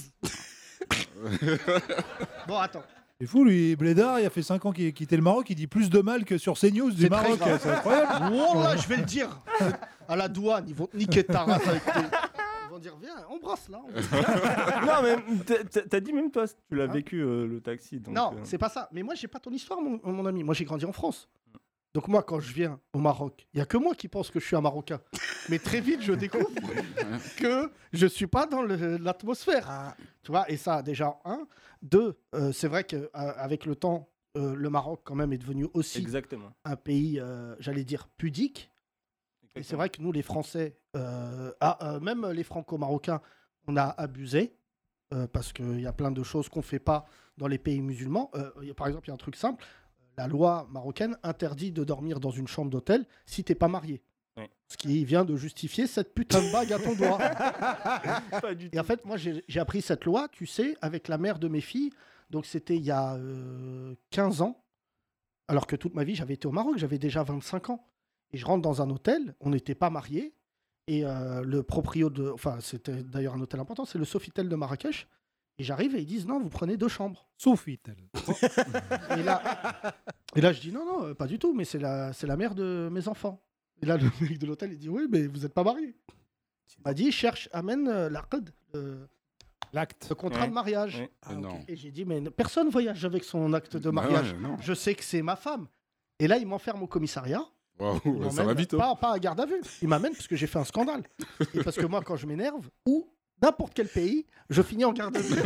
Bon, attends. C'est fou, lui, Blédard, il a fait cinq ans qu'il a quitté le Maroc, il dit plus de mal que sur CNews du C'est très Maroc. grave. C'est incroyable. Oh là, je vais le dire. À la douane, ils vont te niquer ta race avec tes- Ils vont dire, viens, embrasse là. embrasse. Non, mais t'as- t'as t'as dit même toi, tu l'as Hein vécu euh, le taxi. Donc, Non, euh, c'est pas ça. Mais moi, j'ai pas ton histoire, mon, mon ami. Moi, j'ai grandi en France. Donc moi, quand je viens au Maroc, il y a que moi qui pense que je suis un Marocain. Mais très vite, je découvre que je suis pas dans le- l'atmosphère. Ah, Tu vois, et ça, déjà, un. Deux, euh, c'est vrai qu'avec le temps, euh, le Maroc, quand même, est devenu aussi Exactement. un pays, euh, j'allais dire, pudique. Et c'est vrai que nous, les Français, euh, ah, euh, même les Franco-Marocains, on a abusé. euh, parce qu'il y a plein de choses qu'on ne fait pas dans les pays musulmans. Euh, il y a- par exemple, il y a un truc simple. La loi marocaine interdit de dormir dans une chambre d'hôtel si t'es pas marié. Oui. Ce qui vient de justifier cette putain de bague à ton doigt. Pas du Et tout. en fait, moi, j'ai j'ai appris cette loi, tu sais, avec la mère de mes filles. Donc, c'était il y a euh, quinze ans. Alors que toute ma vie, j'avais été au Maroc, j'avais déjà vingt-cinq ans. Et je rentre dans un hôtel, on n'était pas mariés. Et euh, le proprio de. Enfin, c'était d'ailleurs un hôtel important, c'est le Sofitel de Marrakech. Et j'arrive et ils disent non, vous prenez deux chambres. Sofitel. Et là, et là je dis non, non, euh, pas du tout, mais c'est la, c'est la mère de mes enfants. Et là, le mec de l'hôtel, il dit oui, mais vous n'êtes pas mariés. Il m'a dit cherche, amène euh, l'aqd, le, L'acte. le contrat Ouais. de mariage. Ouais. ah, Mais ok. non. Et j'ai dit mais personne voyage avec son acte de Bah mariage. ouais, non. Je sais que c'est ma femme. Et là, il m'enferme au commissariat. Il Waouh, ça m'emmène- va vite. hein. Pas, pas à garde à vue. Il m'amène parce que j'ai fait un scandale. Et parce que moi, quand je m'énerve, ou n'importe quel pays, je finis en garde à vue.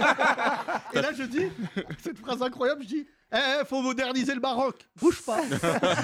Et là, je dis, cette phrase incroyable, je dis, eh, eh, faut moderniser le Maroc. Bouge pas. Et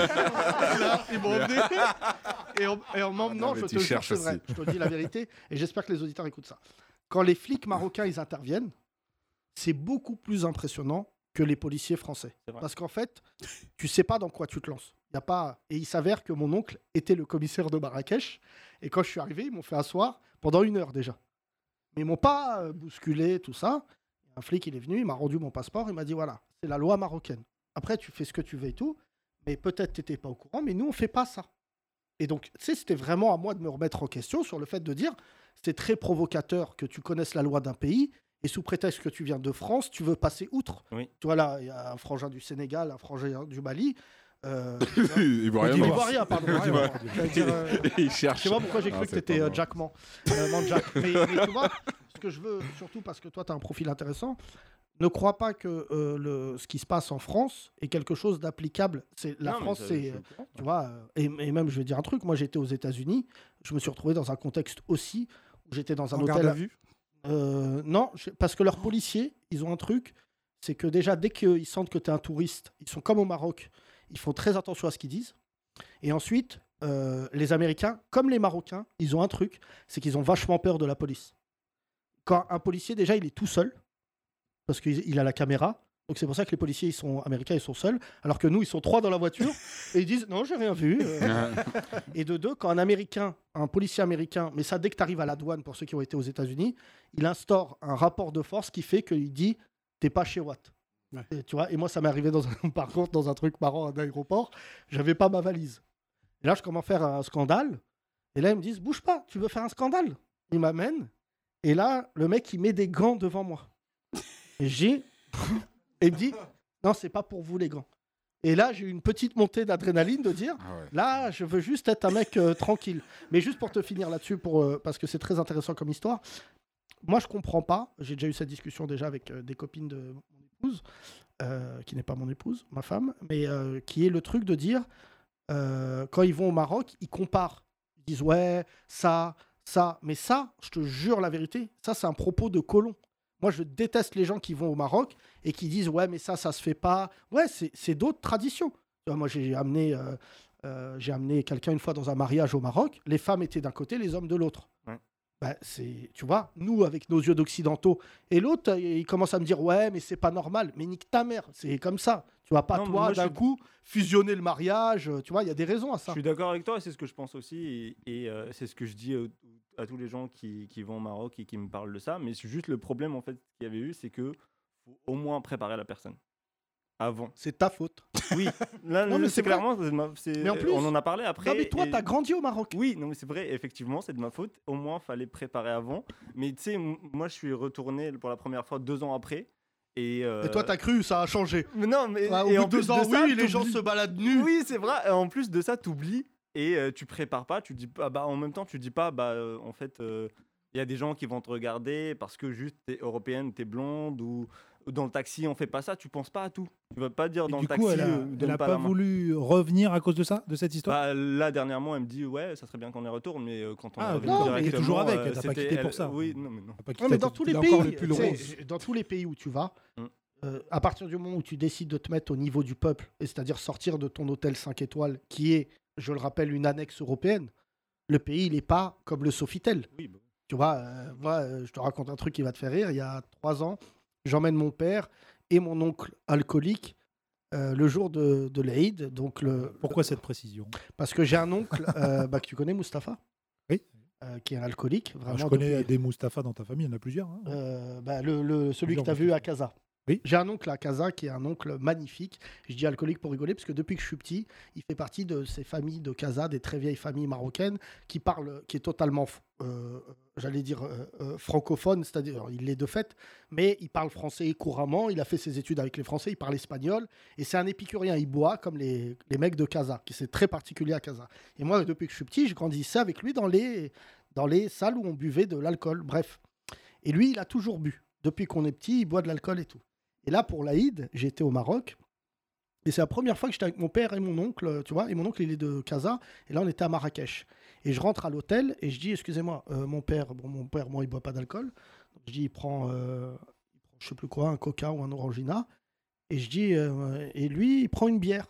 là, ils m'ont emmené. Et en, et en m'emmenant, Ah non, mais je tu te jure, cherches c'est vrai. aussi. Je te dis la vérité. Et j'espère que les auditeurs écoutent ça. Quand les flics marocains, ils interviennent, c'est beaucoup plus impressionnant que les policiers français. C'est vrai. Parce qu'en fait, tu sais pas dans quoi tu te lances. Y a pas... Et il s'avère que mon oncle était le commissaire de Marrakech. Et quand je suis arrivé, ils m'ont fait asseoir pendant une heure déjà. Mais ils m'ont pas euh, bousculé, tout ça. Un flic, il est venu, il m'a rendu mon passeport, il m'a dit voilà, c'est la loi marocaine. Après, tu fais ce que tu veux et tout. Mais peut-être tu n'étais pas au courant, mais nous, on fait pas ça. Et donc, tu sais, c'était vraiment à moi de me remettre en question sur le fait de dire c'est très provocateur que tu connaisses la loi d'un pays. Et sous prétexte que tu viens de France, tu veux passer outre. Oui. Tu vois là, il y a un frangin du Sénégal, un frangin du Mali. Euh, Il voit rien. il voir. voit rien, pardon. Ivoirien. J'allais dire, euh, Il je cherche. sais pas pourquoi j'ai Ah, cru que c'est t'étais pas euh, moi. Jack Man. Euh, Manjack. mais, mais tu vois, ce que je veux, surtout parce que toi, tu as un profil intéressant, ne crois pas que euh, le, ce qui se passe en France est quelque chose d'applicable. C'est La Non, mais France, ça, c'est. je euh, suis au courant. Tu vois, euh, et, et même, je vais dire un truc, moi, j'étais aux États-Unis, je me suis retrouvé dans un contexte aussi où j'étais dans un En garde hôtel. à vue. Euh, non, je- parce que leurs policiers, ils ont un truc, c'est que déjà, dès qu'ils sentent que tu es un touriste, ils sont comme au Maroc, ils font très attention à ce qu'ils disent. Et ensuite, euh, les Américains, comme les Marocains, ils ont un truc, c'est qu'ils ont vachement peur de la police. Quand un policier, déjà, il est tout seul, parce qu'il il a la caméra. Donc c'est pour ça que les policiers ils sont américains, ils sont seuls, alors que nous, ils sont trois dans la voiture, et ils disent non, j'ai rien vu. euh. Et de deux, quand un Américain, un policier américain, mais ça dès que tu arrives à la douane, pour ceux qui ont été aux États-Unis, il instaure un rapport de force qui fait qu'il dit t'es pas chez Watt. Ouais. Et, tu vois, et moi, ça m'est arrivé dans un, par contre dans un truc marrant à l'aéroport, j'avais pas ma valise. Et là, je commence à faire un scandale, et là, ils me disent bouge pas, tu veux faire un scandale? Il m'amène, et là, le mec, il met des gants devant moi. Et j'ai. Et il me dit non, c'est pas pour vous les gants. Et là, j'ai eu une petite montée d'adrénaline de dire, Ah ouais. là, je veux juste être un mec euh, tranquille. Mais juste pour te finir là-dessus, pour, euh, parce que c'est très intéressant comme histoire, moi, je comprends pas. J'ai déjà eu cette discussion déjà avec euh, des copines de mon épouse, euh, qui n'est pas mon épouse, ma femme, mais euh, qui est le truc de dire, euh, quand ils vont au Maroc, ils comparent. Ils disent, ouais, ça, ça. Mais ça, je te jure la vérité, ça, c'est un propos de colon. Moi, je déteste les gens qui vont au Maroc et qui disent, ouais, mais ça, ça se fait pas. Ouais, c'est, c'est d'autres traditions. Tu vois, moi, j'ai amené, euh, euh, j'ai amené quelqu'un une fois dans un mariage au Maroc. Les femmes étaient d'un côté, les hommes de l'autre. Ouais. Bah, c'est, tu vois, nous, avec nos yeux d'occidentaux. Et l'autre, euh, il commence à me dire, ouais, mais c'est pas normal. Mais nique ta mère, c'est comme ça. Tu vas pas, Non, mais toi, moi, je d'un suis- coup, fusionner le mariage. euh, Tu vois, il y a des raisons à Je ça. suis d'accord avec toi, et c'est ce que je pense aussi, et, et, euh, c'est ce que je dis euh, à tous les gens qui, qui vont au Maroc et qui me parlent de ça. Mais c'est juste le problème en fait qu'il y avait eu, c'est que faut au moins préparer la personne avant. C'est ta faute. Oui, là, Non, mais c'est c'est vrai. clairement, c'est de ma- c'est- Mais en plus- on en a parlé après. Non, mais toi, et- t'as grandi au Maroc. Oui, non, mais c'est vrai, effectivement, c'est de ma faute. Au moins, fallait préparer avant. Mais tu sais, m- moi, je suis retourné pour la première fois deux ans après. Et, euh, Et toi, t'as cru, ça a changé. Mais non, mais Ouais, au et bout en de deux plus ans, de ça, oui, les gens t'oublies- se baladent nus. Oui, c'est vrai. Et en plus de ça, t'oublies et euh, tu prépares pas. Tu dis pas. Bah, en même temps, tu dis pas. Bah, euh, en fait, il y a des gens qui vont te regarder parce que juste t'es européenne, t'es blonde ou ou dans le taxi on fait pas ça. Tu penses pas à tout. Tu vas pas dire Et dans du le coup, taxi. elle a, euh, elle donne a pas pas la main. voulu revenir à cause de ça, de cette histoire. Bah, là dernièrement, elle me dit ouais, ça serait bien qu'on y retourne, mais euh, quand on Ah, est revenu non, mais directement, elle est toujours avec, euh, elle t'a pas c'était- quitté pour elle- ça. Oui, non, mais non. T'as pas quitté Ouais, mais ta- dans tous il les a pays, encore le pull tu sais, rose. dans tous les pays où tu vas, Mm. euh, à partir du moment où tu décides de te mettre au niveau du peuple, et c'est-à-dire sortir de ton hôtel cinq étoiles, qui est, je le rappelle, une annexe européenne, le pays, il n'est pas comme le Sofitel. Oui, bah, Tu vois, euh, moi, euh, je te raconte un truc qui va te faire rire. Il y a trois ans, j'emmène mon père et mon oncle alcoolique euh, le jour de, de l'Aïd. Donc le, Pourquoi cette précision? Parce que j'ai un oncle euh, bah, que tu connais, Mustapha, Oui. euh, qui est un alcoolique. Vraiment, Je connais depuis- des Mustapha dans ta famille, il y en a plusieurs. hein. Euh, bah, le, le- celui que Plusieurs tu as vu Mustapha. à Casa. Oui. J'ai un oncle à Casa qui est un oncle magnifique. Je dis alcoolique pour rigoler parce que depuis que je suis petit, il fait partie de ces familles de Casa, des très vieilles familles marocaines qui parlent, qui est totalement, euh, j'allais dire, euh, euh, francophone, c'est-à-dire alors, il l'est de fait, mais il parle français couramment. Il a fait ses études avec les Français, il parle espagnol et c'est un épicurien. Il boit comme les, les mecs de Casa, qui c'est très particulier à Casa. Et moi, depuis que je suis petit, je grandissais avec lui dans les, dans les salles où on buvait de l'alcool. Bref. Et lui, il a toujours bu. Depuis qu'on est petit, il boit de l'alcool et tout. Et là, pour l'Aïd, j'ai été au Maroc. Et c'est la première fois que j'étais avec mon père et mon oncle, tu vois. Et mon oncle, il est de Casa. Et là, on était à Marrakech. Et je rentre à l'hôtel et je dis, excusez-moi, euh, mon père, bon, mon père, moi, il boit pas d'alcool. Donc, je dis, il prend, euh, il prend, je sais plus quoi, un coca ou un orangina. Et je dis, euh, et lui, il prend une bière.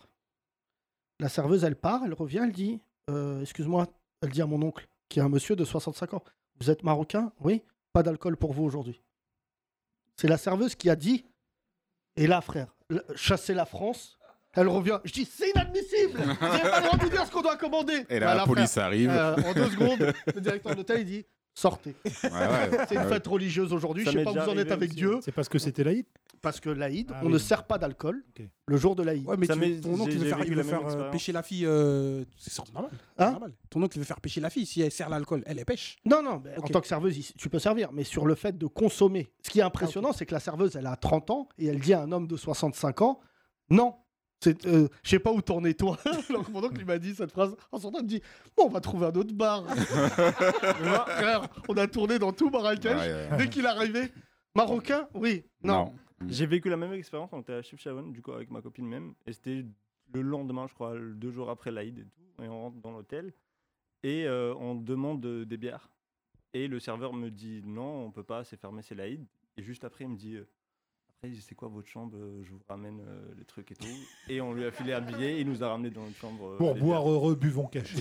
La serveuse, elle part, elle revient, elle dit, euh, excuse-moi, elle dit à mon oncle, qui est un monsieur de soixante-cinq ans, vous êtes marocain? Oui, pas d'alcool pour vous aujourd'hui. C'est la serveuse qui a dit. Et là, frère, le- chasser la France, elle revient. Je dis, c'est inadmissible. Vous n'avez pas le droit de nous dire ce qu'on doit commander. Et là, Bah, la police arrive. euh, en deux secondes, le directeur de l'hôtel, il dit, sortez. Ouais, ouais. C'est une Ouais. fête religieuse aujourd'hui. Ça Je sais m'est pas où déjà vous en êtes arrivé avec aussi. Dieu. C'est parce que c'était l'Aïd. Parce que l'Aïd, Ah on oui. ne sert pas d'alcool Ok. le jour de l'Aïd. Ouais, mais Ça tu- m'est- ton oncle, j'ai- il veut j'ai faire, vécu il la veut même faire euh, expérience. pêcher la fille. euh, C'est c'est normal. c'est Hein normal. Ton oncle, il veut faire pêcher la fille. Si elle sert l'alcool, elle, elle pêche. Non, non, mais en Ok. tant que serveuse, il- tu peux servir. Mais sur le fait de consommer, ce qui est impressionnant, c'est que la serveuse, elle a trente ans et elle dit à un homme de soixante-cinq ans, non. C'est, euh, je sais pas où t'en es toi. Alors que mon oncle il m'a dit cette phrase. En sortant, il me dit, bon, on va trouver un autre bar. Et moi, frère, on a tourné dans tout Marrakech. Ouais, ouais. Dès qu'il est arrivé, marocain, oui, non. Non. J'ai vécu la même expérience quand on était à Chefchaouen, du coup avec ma copine même, et c'était le lendemain, je crois, le- deux jours après l'Aïd et tout, et on rentre dans l'hôtel et euh, on demande euh, des bières. Et le serveur me dit non, on peut pas, c'est fermé, c'est l'Aïd. Et juste après, il me dit euh, après, c'est quoi votre chambre euh, Je vous ramène euh, les trucs et tout. Et on lui a filé un billet, et il nous a ramené dans notre chambre. euh, Pour les boire bières. heureux, buvons cachés.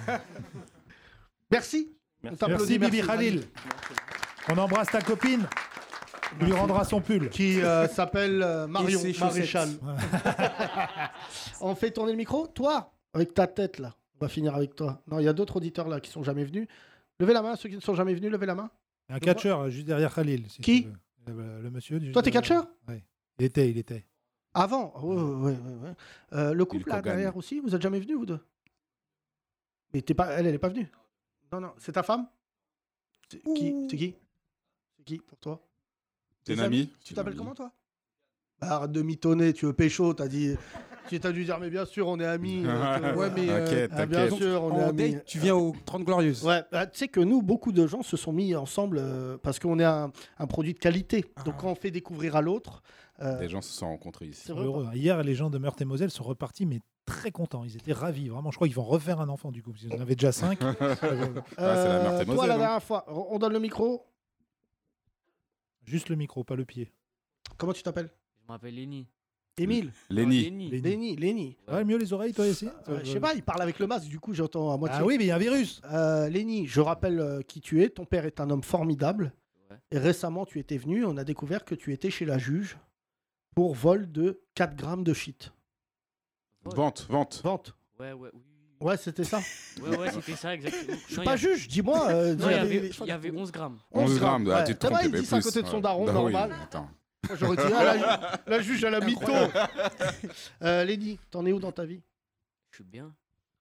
Merci. Merci. On t'applaudit, Merci Bibi Khalil. On embrasse ta copine. Tu lui rendras son pull. Qui euh, s'appelle euh, Marion ses chaussettes. Maréchal. On fait tourner le micro. Toi, avec ta tête là, on va finir avec toi. Non, il y a d'autres auditeurs là qui sont jamais venus. Levez la main, ceux qui ne sont jamais venus, levez la main. Un catcheur juste derrière Khalil. si Qui tu veux. Euh, Le monsieur. juste Toi, t'es derrière. catcheur Ouais. Il était, il était. Avant Ouais, ouais, ouais, ouais. Euh, le couple là Kogan. derrière aussi, vous êtes jamais venus vous deux? Mais t'es pas, elle, elle est pas venue. Non, non, c'est ta femme? C'est qui? C'est qui? C'est qui pour toi? T'es Tes un amis ami Tu t'appelles comment toi? Bah, arrête de mitonner, tu veux pécho, t'as dit. Si t'as dû dire, mais bien sûr, on est amis. euh, Ouais, mais euh, T'inquiète, ah, bien t'inquiète. sûr, on est en amis. date, tu viens aux trente Glorieuses. Ouais, bah, tu sais que nous, beaucoup de gens se sont mis ensemble euh, parce qu'on est un, un produit de qualité. Donc quand on fait découvrir à l'autre. euh, Les gens se sont rencontrés ici. C'est vrai. Heureux. Hier, les gens de Meurthe et Moselle sont repartis, mais très contents. Ils étaient ravis. Vraiment, je crois qu'ils vont refaire un enfant du coup. Parce qu'ils en avaient déjà cinq. Ah, c'est la euh, Meurthe et toi, Moselle, la hein. dernière fois, on donne le micro. Juste le micro, pas le pied. Comment tu t'appelles? Je m'appelle Lenny. Émile. Lenny. Lenny. Lenny. Lenny, Lenny. Ouais, mieux les oreilles, toi, ici Euh, je sais pas, il parle avec le masque, du coup j'entends à moitié. Ah oui, mais il y a un virus. Euh, Lenny, je rappelle euh, qui tu es. Ton père est un homme formidable. Ouais. Et récemment, tu étais venu. On a découvert que tu étais chez la juge pour vol de quatre grammes de shit. Vente, vente. Vente. Ouais, ouais, oui. Ouais, c'était ça. Ouais, ouais, c'était ça, exactement. Je suis Non, pas il y a- juge, dis-moi. euh, Non, il y dis- avait, les- il y avait onze grammes. onze grammes. Ah, ouais. tu te Ça va, trompes, il mais dit ça à plus. côté de son Ouais. daron, Bah oui, normal. attends. Moi, j'aurais dit, ah, la, la juge, elle a mytho. euh, Lenny, t'en es où dans ta vie? Je suis bien.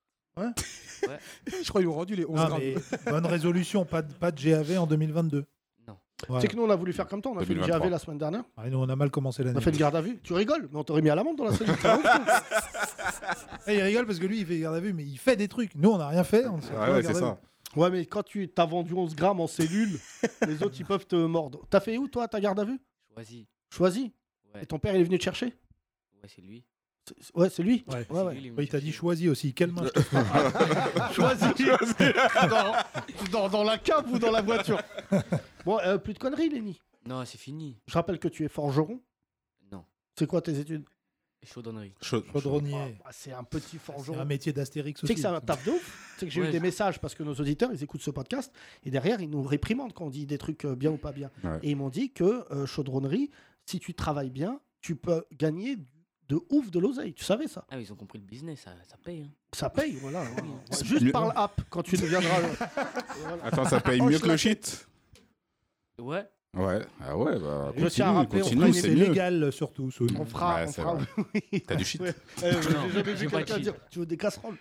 Je crois qu'ils ont rendu les onze Ah, grammes. mais bonne résolution, pas de, pas de G A V en deux mille vingt-deux. Non. Voilà. C'est que nous, on a voulu faire comme toi. On a fait le G A V deux mille vingt-trois. la semaine dernière. Ah, nous, on a mal commencé On l'année. a fait une garde à vue. Tu rigoles, mais on t'aurait mis à l'amende dans la cellule. Ça va ou quoi? Eh, il rigole parce que lui, il fait garde à vue, mais il fait des trucs. Nous, on n'a rien fait. On se Ouais, retrouve à ouais, garde c'est à ça. vue. Ouais, mais quand tu t'as vendu onze grammes en cellule, les autres, ils peuvent te mordre. T'as fait où, toi, ta garde à vue? Choisis. Choisi. Ouais. Et ton père, il est venu te chercher? Ouais, c'est lui. C'est- Ouais, c'est lui. Ouais. Ouais, C'est ouais. lui, il est venu Ouais, il t'a chercher. dit choisis aussi. Quelle main je te ferai. Choisi. dans, dans, dans la cave ou dans la voiture. Bon, euh, plus de conneries, Lenny. Non, c'est fini. Je rappelle que tu es forgeron. Non. C'est quoi tes études? Chaudronnerie. Chaud- Chaudronnier. Ah, c'est un petit C'est forgeron. un métier d'Astérix Tu sais aussi. que c'est un taf de ouf. Tu sais que j'ai Ouais, eu des je- messages parce que nos auditeurs, ils écoutent ce podcast et derrière, ils nous réprimandent quand on dit des trucs euh, bien ou pas bien. Ouais. Et ils m'ont dit que euh, chaudronnerie, si tu travailles bien, tu peux gagner de ouf de l'oseille. Tu savais ça? Ah, ils ont compris le business, ça, ça paye. Hein. Ça paye, voilà. C'est Juste mieux. par l'app quand tu deviendras. Voilà. Attends, ça paye mieux que le shit? Ouais. Ouais. Ah ouais, bah Je tiens à continue, rappeler, on continue, fera c'est C'est mieux. légal surtout. ce- On fera. Ouais, on c'est fera... vrai. Oui. T'as du shit? Ouais. Euh, Non, J'ai jamais j'ai vu pas de quelqu'un shit. dire tu veux des casseroles.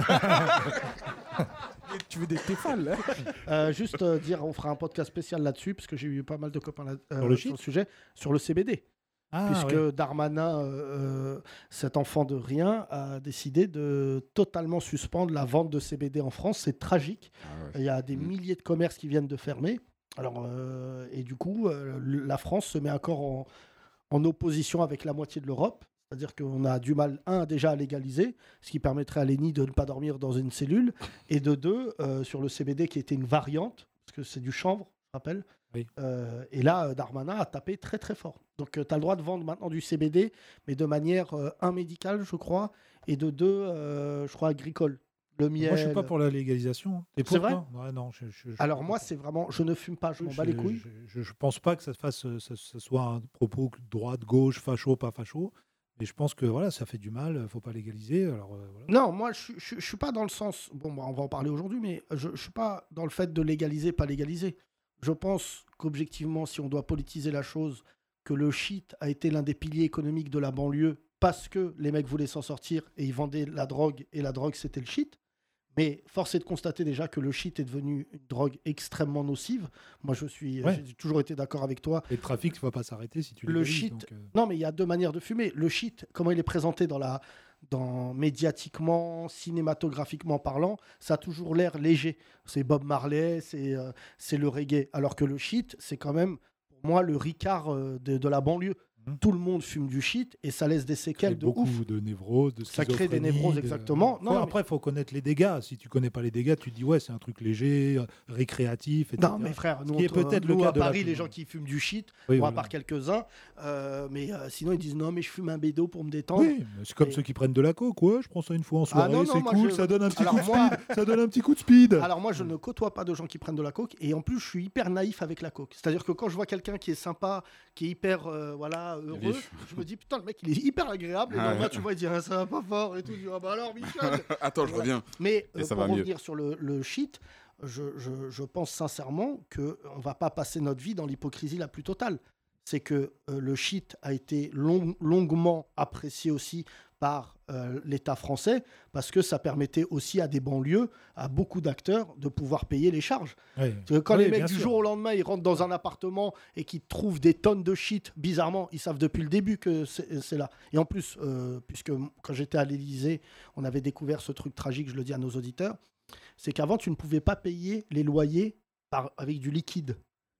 Tu veux des Stéphane, là? Euh, juste euh, dire, on fera un podcast spécial là-dessus parce que j'ai eu pas mal de copains là, euh, Sur le sur shit le sujet, sur le C B D. Ah, puisque ouais. Darmanin, euh, euh, cet enfant de rien, a décidé de totalement suspendre la vente de C B D en France. C'est tragique. Ah ouais. Il y a des Mm. milliers de commerces qui viennent de fermer. Alors, euh, et du coup, euh, le- la France se met encore en, en opposition avec la moitié de l'Europe. C'est-à-dire qu'on a du mal, un, déjà à légaliser, ce qui permettrait à Lenny de ne pas dormir dans une cellule, et de deux, euh, sur le C B D qui était une variante, parce que c'est du chanvre, je rappelle. Oui. Euh, et là, euh, Darmanin a tapé très très fort. Donc, tu as le droit de vendre maintenant du C B D, mais de manière, euh, un, médicale, je crois, et de deux, euh, je crois, agricole. Le miel. Moi, je suis pas pour la légalisation. Et C'est vrai pourquoi Ouais, non. Je, je- je- Alors, moi, c'est vraiment, je ne fume pas, je m'en bats les couilles. Je, je, je pense pas que ça fasse, ça, ça soit un propos droite, gauche, facho, pas facho. Mais je pense que voilà, ça fait du mal, faut pas légaliser. Alors, euh, voilà. Non, moi, je, je, je suis pas dans le sens. Bon, bah, on va en parler aujourd'hui, mais je, je suis pas dans le fait de légaliser, pas légaliser. Je pense qu'objectivement, si on doit politiser la chose, que le shit a été l'un des piliers économiques de la banlieue parce que les mecs voulaient s'en sortir et ils vendaient la drogue et la drogue c'était le shit. Mais force est de constater déjà que le shit est devenu une drogue extrêmement nocive. Moi, je suis, Ouais. j'ai toujours été d'accord avec toi. Et le trafic ne va pas s'arrêter si tu Le légalises, shit. donc, euh, Non, mais il y a deux manières de fumer. Le shit, comment il est présenté dans la, dans médiatiquement, cinématographiquement parlant, ça a toujours l'air léger. C'est Bob Marley, c'est euh, c'est le reggae. Alors que le shit, c'est quand même, pour moi, le Ricard euh, de, de la banlieue. Mhm. Tout le monde fume du shit et ça laisse des crée séquelles de beaucoup ouf. de névroses, de Ça crée des schizophrénie, névroses, de- exactement. Non, Faut- mais- Après, il faut connaître les dégâts. Si tu connais pas les dégâts, tu te dis ouais, c'est un truc léger, euh, récréatif, et cetera. Non, mais frère, nous, Ce qui est on- peut-être le nous, cas à de la Paris, plus- les gens qui fument du shit, Oui, bon, à voilà. part quelques-uns, euh, mais euh, sinon ils disent non, mais je fume un bédo pour me détendre. Oui, mais c'est comme Et- ceux qui prennent de la coke, ouais, je prends ça une fois en Ah soirée, non, non, c'est moi, cool, je- ça donne un petit Alors coup de moi- speed, ça donne un petit coup de speed. Alors moi, je ne côtoie pas de gens qui prennent de la coke et en plus, je suis hyper naïf avec la coke. C'est-à-dire que quand je vois quelqu'un qui est sympa, qui est hyper euh, voilà, heureux, Vif. je me dis putain, le mec, il est hyper agréable. Et Ah donc, là, ouais. tu vois, il dit ah, ça va pas fort et tout. Je dis ah bah alors, Michel. Attends, je Voilà. reviens. Mais Et euh, ça pour va mieux. revenir sur le, le shit, je, je- je pense sincèrement que on va pas passer notre vie dans l'hypocrisie la plus totale. C'est que euh, le shit a été long- longuement apprécié aussi par euh, l'État français, parce que ça permettait aussi à des banlieues, à beaucoup d'acteurs, de pouvoir payer les charges. Oui. Parce que quand Oui, les mecs bien du sûr. jour au lendemain, ils rentrent dans un appartement et qu'ils trouvent des tonnes de shit, bizarrement, ils savent depuis le début que c'est c'est là. Et en plus, euh, puisque quand j'étais à l'Élysée, on avait découvert ce truc tragique, je le dis à nos auditeurs, c'est qu'avant, tu ne pouvais pas payer les loyers par, avec du liquide.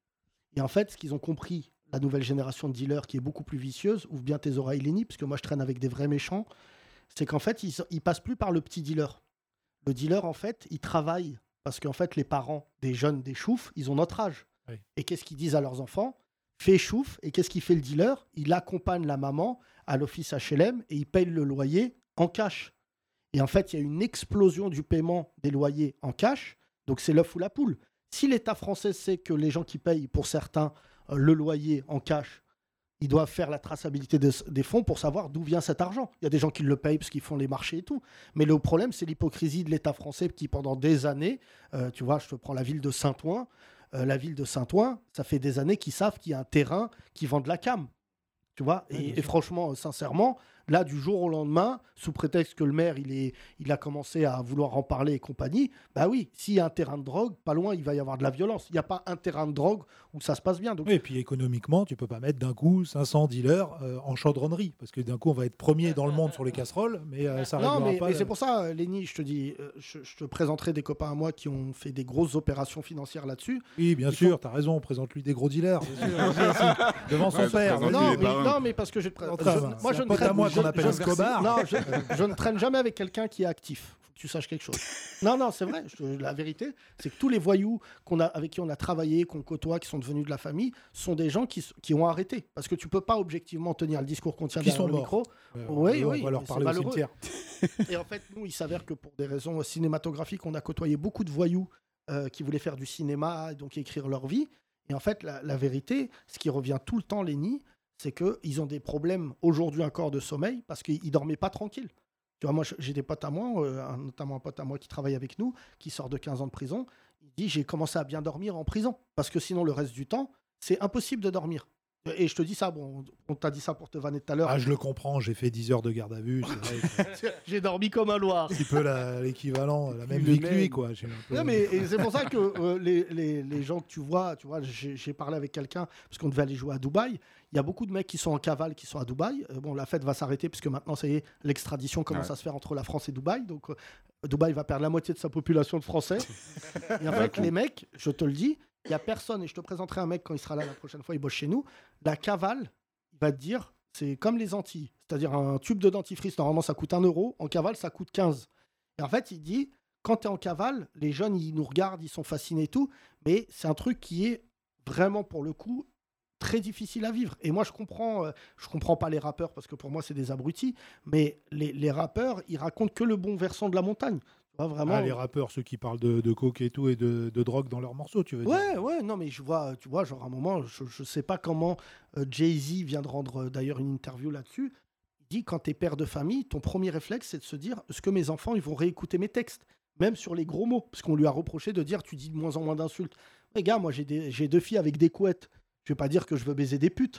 Et en fait, ce qu'ils ont compris, la nouvelle génération de dealers qui est beaucoup plus vicieuse, ouvre bien tes oreilles, Lenny, parce que moi je traîne avec des vrais méchants, c'est qu'en fait, ils, ils passent plus par le petit dealer. Le dealer, en fait, il travaille parce qu'en fait, les parents des jeunes, des choufs, ils ont notre âge. Oui. Et qu'est-ce qu'ils disent à leurs enfants? Fais chouf. Et qu'est-ce qu'il fait le dealer? Il accompagne la maman à l'office H L M et il paye le loyer en cash. Et en fait, il y a une explosion du paiement des loyers en cash. Donc, c'est l'œuf ou la poule. Si l'État français sait que les gens qui payent, pour certains, euh, le loyer en cash, ils doivent faire la traçabilité des, des fonds pour savoir d'où vient cet argent. Il y a des gens qui le payent parce qu'ils font les marchés et tout. Mais le problème, c'est l'hypocrisie de l'État français qui, pendant des années, euh, tu vois, je te prends la ville de Saint-Ouen. Euh, la ville de Saint-Ouen, ça fait des années qu'ils savent qu'il y a un terrain qui vend de la cam. Tu vois, Ouais, et, bien et sûr. franchement, euh, sincèrement, là, du jour au lendemain, sous prétexte que le maire, il, est, il a commencé à vouloir en parler et compagnie, bah oui, s'il y a un terrain de drogue, pas loin, il va y avoir de la violence. Il n'y a pas un terrain de drogue où ça se passe bien. Donc, Oui, et puis économiquement, tu peux pas mettre d'un coup cinq cents dealers euh, en chaudronnerie, parce que d'un coup, on va être premier dans le monde sur les casseroles, mais euh, ça non, réglera mais, pas. mais le- c'est pour ça, Lenny, je te dis, euh, je, je te présenterai des copains à moi qui ont fait des grosses opérations financières là-dessus. Oui, bien Il sûr, faut- tu as raison, présente-lui des gros dealers. bien sûr, vas-y, vas-y. Devant son Ouais, père. présente-lui Non les mais, parrains. non, mais parce que je, te pré- En je- train, moi, c'est je un ne pote à traîne- moi je- qu'on appelle je- Escobar. Non, je, je ne traîne jamais avec quelqu'un qui est actif. Faut que tu saches quelque chose. Non, non, c'est vrai. je- la vérité, c'est que tous les voyous qu'on a, avec qui on a travaillé, qu'on côtoie, qui sont devenus de la famille, sont des gens qui, s- qui ont arrêté. Parce que tu peux pas objectivement tenir le discours qu'on tient Qui derrière sont le morts. micro. Euh, Oui, on oui, va leur mais parler c'est au malheureux. cimetière. Et en fait, nous, il s'avère que pour des raisons cinématographiques, on a côtoyé beaucoup de voyous euh, qui voulaient faire du cinéma et donc écrire leur vie. Et en fait, la, la vérité, ce qui revient tout le temps, Lenny, c'est qu'ils ont des problèmes aujourd'hui encore de sommeil parce qu'ils ne dormaient pas tranquille. Tu vois, moi, j'ai des potes à moi, euh, un- notamment un pote à moi qui travaille avec nous, qui sort de quinze ans de prison. Il dit, j'ai commencé à bien dormir en prison parce que sinon, le reste du temps, c'est impossible de dormir. Et je te dis ça, bon, on t'a dit ça pour te vanner tout à l'heure. Ah, je le comprends, j'ai fait dix heures de garde à vue. C'est vrai que J'ai dormi comme un loir. c'est un petit peu la- l'équivalent, la même Le vie que lui, même. quoi. J'ai un peu- Non, mais et c'est pour ça que euh, les, les, les gens que tu vois, tu vois, j'ai j'ai parlé avec quelqu'un parce qu'on devait aller jouer à Dubaï. Il y a beaucoup de mecs qui sont en cavale, qui sont à Dubaï. Euh, bon, la fête va s'arrêter puisque maintenant, ça y est, l'extradition commence Ouais. à se faire entre la France et Dubaï. Donc, euh, Dubaï va perdre la moitié de sa population de Français. Et en fait, les mecs, je te le dis, il y a personne. Et je te présenterai un mec quand il sera là la prochaine fois, il bosse chez nous. La cavale, il va te dire, c'est comme les Antilles. C'est-à-dire un tube de dentifrice, normalement, ça coûte un euro. En cavale, ça coûte quinze. Et en fait, il dit, quand tu es en cavale, les jeunes, ils nous regardent, ils sont fascinés et tout, mais c'est un truc qui est vraiment, pour le coup, très difficile à vivre. Et moi, je comprends, euh, je comprends pas les rappeurs, parce que pour moi, c'est des abrutis, mais les, les rappeurs, ils racontent que le bon versant de la montagne. Tu vois, vraiment... Ah, les rappeurs, ceux qui parlent de, de coke et tout et de, de drogue dans leurs morceaux, tu veux dire. Ouais, ouais, non, mais je vois, tu vois, genre à un moment, je, je sais pas comment euh, Jay-Z vient de rendre euh, d'ailleurs une interview là-dessus. Il dit, quand tu es père de famille, ton premier réflexe, c'est de se dire, est-ce que mes enfants, ils vont réécouter mes textes, même sur les gros mots, parce qu'on lui a reproché de dire, tu dis de moins en moins d'insultes. Les gars, moi, j'ai des- j'ai deux filles avec des couettes. Je vais pas dire que je veux baiser des putes.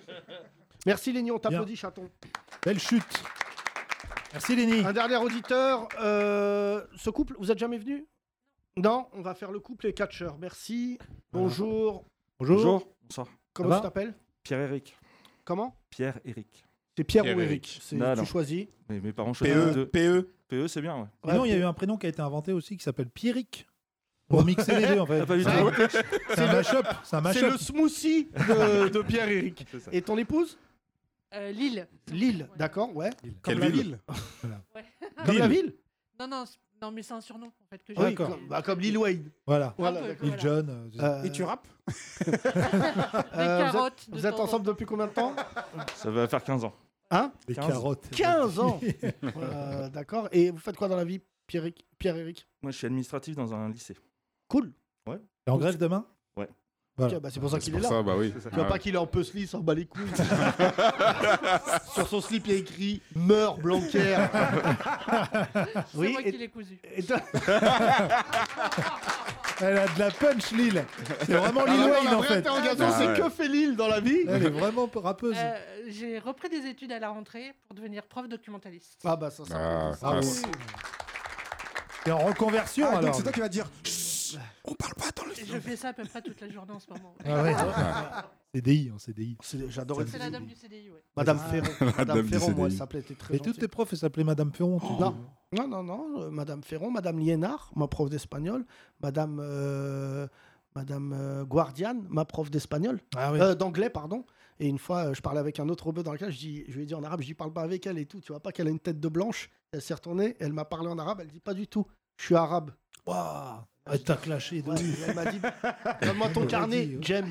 Merci Léni, on t'applaudit, chaton. Belle chute. Merci Léni. Un dernier auditeur. euh, ce couple, vous êtes jamais venu? Non, on va faire le couple et catcheurs. Merci. Bonjour. Bonjour. Bonsoir. Comment Ça tu va t'appelles? Pierre-Éric. Comment? Pierre-Éric. C'est Pierre, Pierre ou Éric. Eric? C'est- Non, Tu non. choisis. Mais mes parents P choisissent E, deux. P E. P E, c'est bien, ouais. Et non, il y a Ouais, eu un prénom qui a été inventé aussi qui s'appelle Pierrick. Pour mixer les deux, en fait. Ah, pas du C'est tout. un- c'est un mashup. C'est un C'est mashup. le smoothie de, de Pierre Eric. C'est ça. Et ton épouse? Euh, Lille. Lille, d'accord, ouais. Comme Quelle la ville ville. Ouais. Comme la ville? Non, non, c'est- non, mais c'est un surnom en fait que j'ai. Oui, D'accord. comme, bah, comme Lil Wayne. Voilà. Voilà, peu, d'accord. Lil voilà. Jon. euh, Euh, Et tu rappes euh, vous êtes- carottes de Vous êtes temps en ensemble temps. depuis combien de temps? Ça va faire quinze ans. Hein? les quinze. carottes. quinze ans. Euh, D'accord. Et vous faites quoi dans la vie, Pierre-Éric? Pierre-Éric? Moi, je suis administratif dans un lycée. Cool. T'es en grève demain Ouais. Voilà. Tiens, bah, c'est pour ça C'est qu'il pour est là. ça, bah oui. Tu vois Ah pas ouais. qu'il est en puzzle, il s'en bat les couilles. Sur son slip, il y a écrit « Meurs, Blanquer ». C'est Oui, moi et- qui l'ai cousu. Et toi- Elle a de la punch, Lille. C'est vraiment Ah, Lil vraiment, Wayne, la en vraie fait. interrogation, Ah, c'est ouais. que fait Lille dans la vie. Elle est vraiment rappeuse. Euh, j'ai repris des études à la rentrée pour devenir prof documentaliste. Ah bah ça, ça. Ah, ça- Ah, classe. T'es en reconversion, Ah, donc alors. c'est toi qui vas dire Chut, on parle pas dans le Et je fais ça à peu près toute la journée en ce moment. Ah ouais. C D I, en C D I. C'est- J'adorais C'est le la C D I. dame du C D I, ouais. Madame Ah. Ferron. Madame Madame du Ferron, moi, elle C D I. s'appelait, elle était très Et toutes gentille. tes profs, elles s'appelaient Madame Ferron. tu dis. Non. Non, non, non. euh, Madame Ferron, Madame Liénard, ma prof d'espagnol, Madame, euh, Madame euh, Guardian, ma prof d'espagnol, Ah oui. euh, d'anglais, pardon. Et une fois, euh, je parlais avec un autre rebeu dans le cas, je, dis, je lui ai dit en arabe, je dis parle pas avec elle et tout. Tu vois pas qu'elle a une tête de blanche. Elle s'est retournée, elle m'a parlé en arabe, elle dit pas du tout. Je suis arabe. Waouh. Elle t'a clashé de Ouais, ouf. elle m'a dit donne-moi ton Elle carnet, dit, ouais. James.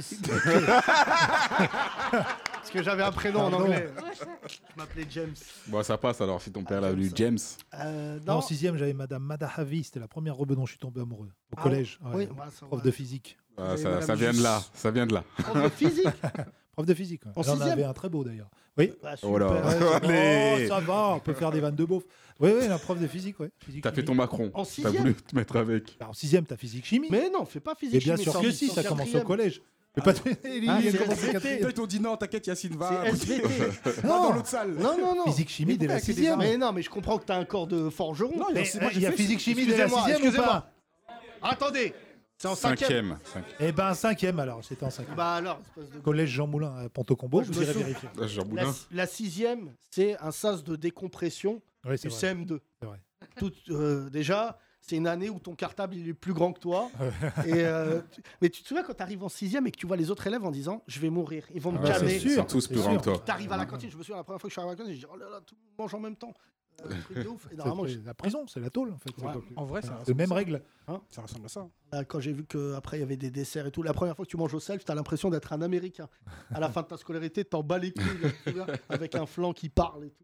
Parce que j'avais un prénom en Pardon. anglais. Je m'appelais James. Bon, ça passe alors si ton père l'a James. lu James. Euh, Non, non, en sixième, j'avais Madame Madahavi. C'était la première rebeu dont je suis tombé amoureux. Au Ah collège. oui, ouais. voilà, ça, Prof ouais. de physique. Ah, avez ça, Madame ça vient de Jus. là, ça vient de là. prof de physique. Prof de physique. ouais. En Elle en sixième avait un très beau d'ailleurs. Oui. Ah, Oh là. super. Ouais, ça va. Allez. Oh, ça va, on peut faire des vannes de beauf. Oui, oui, la prof de physique, ouais. Physique, T'as fait chimie. ton Macron. En T'as sixième voulu te mettre avec. Bah, en sixième, t'as physique chimie. Mais non, fais pas Et physique. bien chimie, sûr c'est en- que si, c'est en ça commence au quatrième. collège. Mais pas tout- Lily, Ah, elle c'est commence au S V T. quatrième. Toi, ils t'ont dit non, t'inquiète, Yacine, va. C'est S V T. Va dans l'autre salle. Non, non, non. Physique chimie dès la avec des sixième. Mais non, mais je comprends que t'as un corps de forgeron. Non, Mais, c'est moi, euh, j'ai il y a fait- physique chimie dès la Excusez-moi, sixième ou excusez-moi. pas Attendez, c'est en cinquième. Cinquième. Cinquième. Eh ben, cinquième alors, c'était en cinquième. Bah alors, espèce de... Collège Jean Moulin à Pont-au-Combo, Moi, je vous me irez souviens- vérifier. Ah, Jean La, Boudin. la sixième, c'est un sas de décompression Oui, c'est du vrai. C M deux. C'est vrai. Tout, euh, déjà, c'est une année où ton cartable il est plus grand que toi. et, euh, tu- mais tu te souviens quand tu arrives en sixième et que tu vois les autres élèves en disant je vais mourir, ils vont me Ouais, calmer. c'est sûr, ils sont tous plus c'est grands sûr. que toi. Tu arrives à la cantine, je me souviens la première fois que je suis arrivé à la cantine, je dis oh là là, tout le monde mange en même temps. Euh, truc de ouf. Et normalement, C'est je- la prison, c'est la tôle en fait. Ouais. En vrai, ça C'est ressemble les mêmes à ça. règles. Ça ressemble à ça. Là, quand j'ai vu qu'après il y avait des desserts et tout, la première fois que tu manges au self, tu as l'impression d'être un Américain. À la fin de ta scolarité, t'en bats les couilles, là, tu vois, avec un flanc qui parle et tout.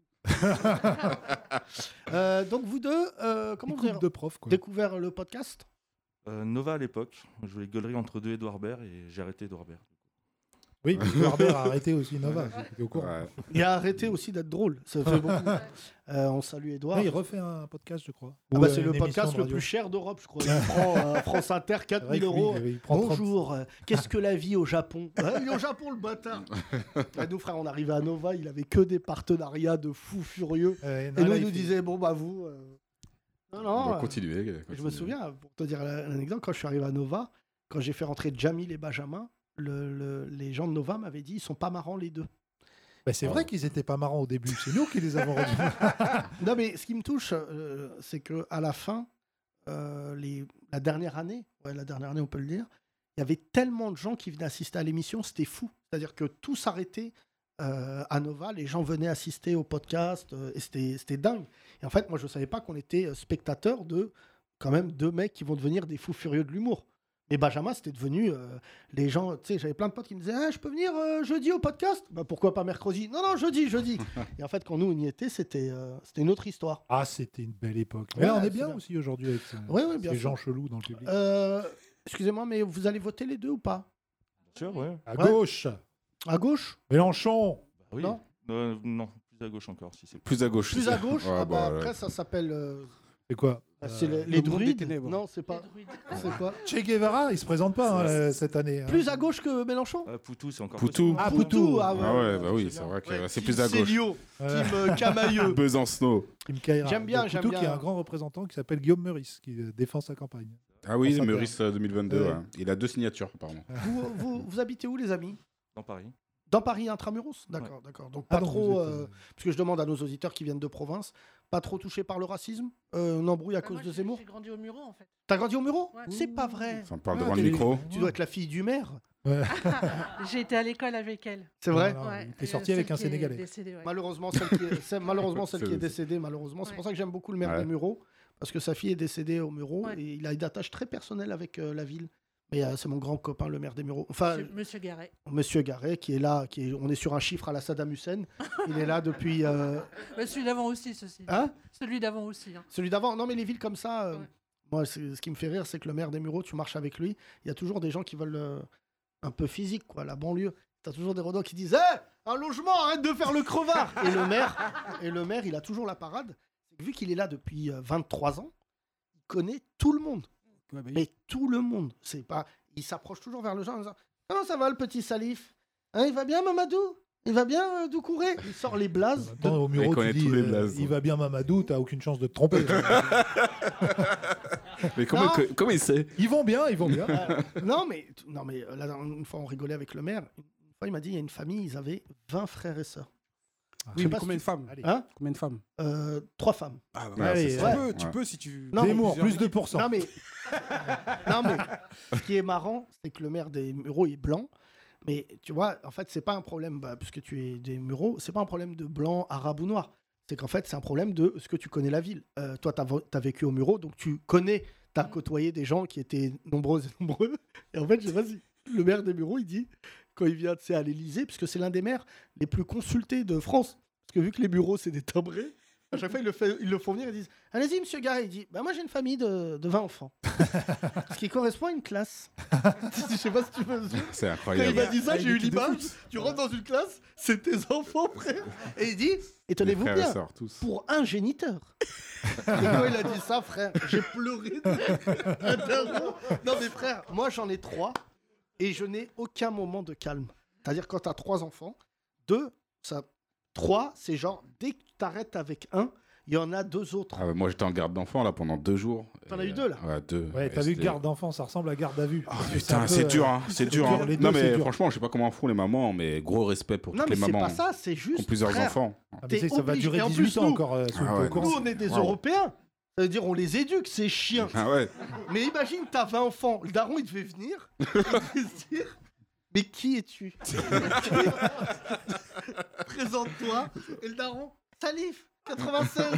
Euh, donc vous deux, euh, comment Une vous avez coupe de prof quoi. découvert le podcast? Euh, Nova à l'époque, je jouais gueulerie entre deux Edouard Baird et j'ai arrêté Edouard Baird. Oui, Norbert a arrêté aussi Nova. T'es au courant. Ouais. Il a arrêté aussi d'être drôle, ça fait beaucoup. Euh, on salue Edouard. Ouais, il refait un podcast, je crois. Ah Ou, bah, euh, c'est une le émission podcast de le radio. plus cher d'Europe, je crois. Il prend euh, France Inter C'est quatre vrai mille que oui, euros. oui, il prend trente. Bonjour, euh, qu'est-ce que la vie au Japon? Ouais, Il est au Japon, le bâtard. Et nous, frère, on arrivait à Nova, il avait que des partenariats de fous furieux. Euh, Et non, nous, là, il il nous fait- disait, bon, bah vous. euh, Non, non. Bon, euh, continuez, Je me continuez. souviens, pour te dire l'anecdote, quand je suis arrivé à Nova, quand j'ai fait rentrer Jamil et Benjamin, le- le- les gens de Nova m'avaient dit, ils sont pas marrants les deux. Bah, c'est vrai qu'ils étaient pas marrants au début. C'est nous qui les avons rendus. Non, mais ce qui me touche, euh, c'est que à la fin, euh, les... la dernière année, ouais, la dernière année, on peut le dire, il y avait tellement de gens qui venaient assister à l'émission, c'était fou. C'est-à-dire que tout s'arrêtait euh, à Nova, les gens venaient assister au podcast, euh, et c'était c'était dingue. Et en fait, moi, je ne savais pas qu'on était euh, spectateurs de quand même deux mecs qui vont devenir des fous furieux de l'humour. Et Benjamin, c'était devenu euh, les gens, tu sais, j'avais plein de potes qui me disaient ah, je peux venir euh, jeudi au podcast? Bah pourquoi pas mercredi? Non, non, jeudi, jeudi. Et en fait, quand nous on y était, c'était euh, c'était une autre histoire. Ah, c'était une belle époque. Ouais, Mais là, on est c'est bien bien. aussi aujourd'hui avec ça. Ouais, ouais, bien ces sûr. gens chelous dans le public. Euh, Excusez-moi, mais vous allez voter les deux ou pas? Bien sûr, ouais. À ouais. gauche, À gauche? Mélenchon. Oui. Non. Euh, non, plus à gauche encore, si c'est Plus à gauche. Plus à gauche? Ouais, Ah bah, bah, après, ouais. ça s'appelle. euh, C'est quoi bah, c'est Euh, les, les le monde des druides. ténèbres. Non, c'est pas. C'est quoi? Che Guevara, il se présente pas hein, euh, cette année. hein. Plus à gauche que Mélenchon? Euh, Poutou, c'est encore Poutou. possible. Ah, Poutou. Poutou. Ah, ouais, Ah ouais, ouais, bah oui, c'est c'est bien. vrai que Ouais, c'est team plus à gauche. Célio, Ouais. team euh, Camailleux. Besancenot. Kim Kaira. J'aime bien, De j'aime Poutou, qui est bien. un grand représentant qui s'appelle Guillaume Meurice, qui euh, défend sa campagne. Ah oui, Enfin, Meurice euh, deux mille vingt-deux. Ouais. ouais. Il a deux signatures, apparemment. Vous, vous, vous habitez où, les amis? Dans Paris. Dans Paris intramuros? D'accord, d'accord. Donc Ah pas non, trop, vous êtes, euh, euh, parce que je demande à nos auditeurs qui viennent de province, pas trop touchés par le racisme, euh, une embrouille à Bah, cause moi, de j'ai- Zemmour. J'ai grandi au Mureau en fait. T'as grandi au Mureau? Ouais. C'est pas vrai. Enfin, parle Ah, devant le tu- micro. Tu dois être la fille du maire. Ouais. J'ai été à l'école avec elle. C'est vrai? Non, non, Ouais. il était Et sorti celle avec un qui est Sénégalais. décédée, ouais. Malheureusement, celle qui est, c'est- malheureusement, celle C'est- qui est décédée, malheureusement. C'est Ouais. pour ça que j'aime beaucoup le maire Ouais. des Mureaux, parce que sa fille est décédée au Mureau Ouais. et il a une attache très personnelle avec euh, la ville. Mais euh, c'est mon grand copain, le maire des Mureaux. Enfin, Monsieur, Monsieur Garret. Monsieur Garret, qui est là, qui est, on est sur un chiffre à la Saddam Hussein. Il est là depuis. euh, Bah, celui d'avant aussi, ceci. Hein? Celui d'avant aussi. Hein. Celui d'avant. Non, mais les villes comme ça. euh, Ouais. Moi, c'est- ce qui me fait rire, c'est que le maire des Mureaux, tu marches avec lui, il y a toujours des gens qui veulent euh, un peu physique, quoi, la banlieue. T'as toujours des redots qui disent Hé, un logement, arrête de faire le crevard. Et le maire, et le maire, il a toujours la parade. C'est que vu qu'il est là depuis euh, vingt-trois ans, il connaît tout le monde. Ouais, bah, Mais tout le monde, c'est pas. Il s'approche toujours vers le genre en disant comment ça va le petit Salif? Hein, il va bien Mamadou? Il va bien euh, Doucouré? Il sort les blazes. Attends, au Muro, tu dis, euh, il va bien Mamadou, t'as aucune chance de te tromper. Mais comment, Non. que- comment il sait? Ils vont bien, ils vont bien. Euh, non, mais, non, mais euh, là, une fois, on rigolait avec le maire. Une fois, il m'a dit il y a une famille, ils avaient vingt frères et sœurs. Oui, Je sais mais pas combien si de femmes Allez. Hein Combien de femmes Euh, Trois femmes. Ah, Ouais, Allez, c'est Tu ça. peux, Ouais. tu peux si tu. Non, mais Zemmour, plusieurs plus deux pour cent. Non, mais. non, mais. Ce qui est marrant, c'est que le maire des Mureaux est blanc. Mais tu vois, en fait, c'est pas un problème, bah, puisque tu es des Mureaux, c'est pas un problème de blanc, arabe ou noir. C'est qu'en fait, c'est un problème de ce que tu connais la ville. Euh, toi, tu as vécu au Mureaux, donc tu connais, tu as côtoyé des gens qui étaient nombreux et nombreux. Et en fait, je sais pas si le maire des Mureaux, il dit, quand il vient tu sais, à l'Élysée, puisque c'est l'un des maires les plus consultés de France, parce que vu que les bureaux, c'est des timbrés, à chaque fois, ils le, fait, ils le font venir et disent allez-y, monsieur Garé. Il dit bah, moi, j'ai une famille de, de vingt enfants. Ce qui correspond à une classe. Je sais pas si tu veux le dire. C'est Quand incroyable. il m'a dit ça, Avec j'ai eu l'équipe de l'image. foot. Tu rentres dans une classe, c'est tes enfants, frère. Et il dit et tenez-vous Les frères et bien, sœurs, tous. pour un géniteur. Et quand il a dit ça, frère, j'ai pleuré. Non, mais frère, moi, j'en ai trois et je n'ai aucun moment de calme. C'est-à-dire, quand tu as trois enfants, deux, ça. Trois, c'est genre, dès que tu t'arrêtes avec un, il y en a deux autres. Ah ouais, moi, j'étais en garde d'enfant là pendant deux jours. T'en Et, as eu deux, là Ouais, deux. Ouais, t'as Et vu c'était- garde d'enfant, ça ressemble à garde à vue. Oh, C'est putain, un c'est peu, dur, euh, hein, c'est c'est dur. dur, hein. les deux, Non, c'est mais dur. franchement, je sais pas comment font les mamans, mais gros respect pour Non, toutes mais les c'est mamans pas ça, c'est qui juste. ont plusieurs frère, enfants. Ah, mais T'es c'est que ça va obligé. durer Et en dix-huit plus, ans nous- encore. euh, sous Ah le ouais, courant. Nous, on est des Wow. Européens. Ça veut dire, on les éduque, ces chiens. Ah ouais. Mais imagine, t'as vingt enfants. Le daron, il devait venir. Il devait se dire mais qui es-tu? Présente-toi. Et le daron, Salif, quatre-vingt-seize.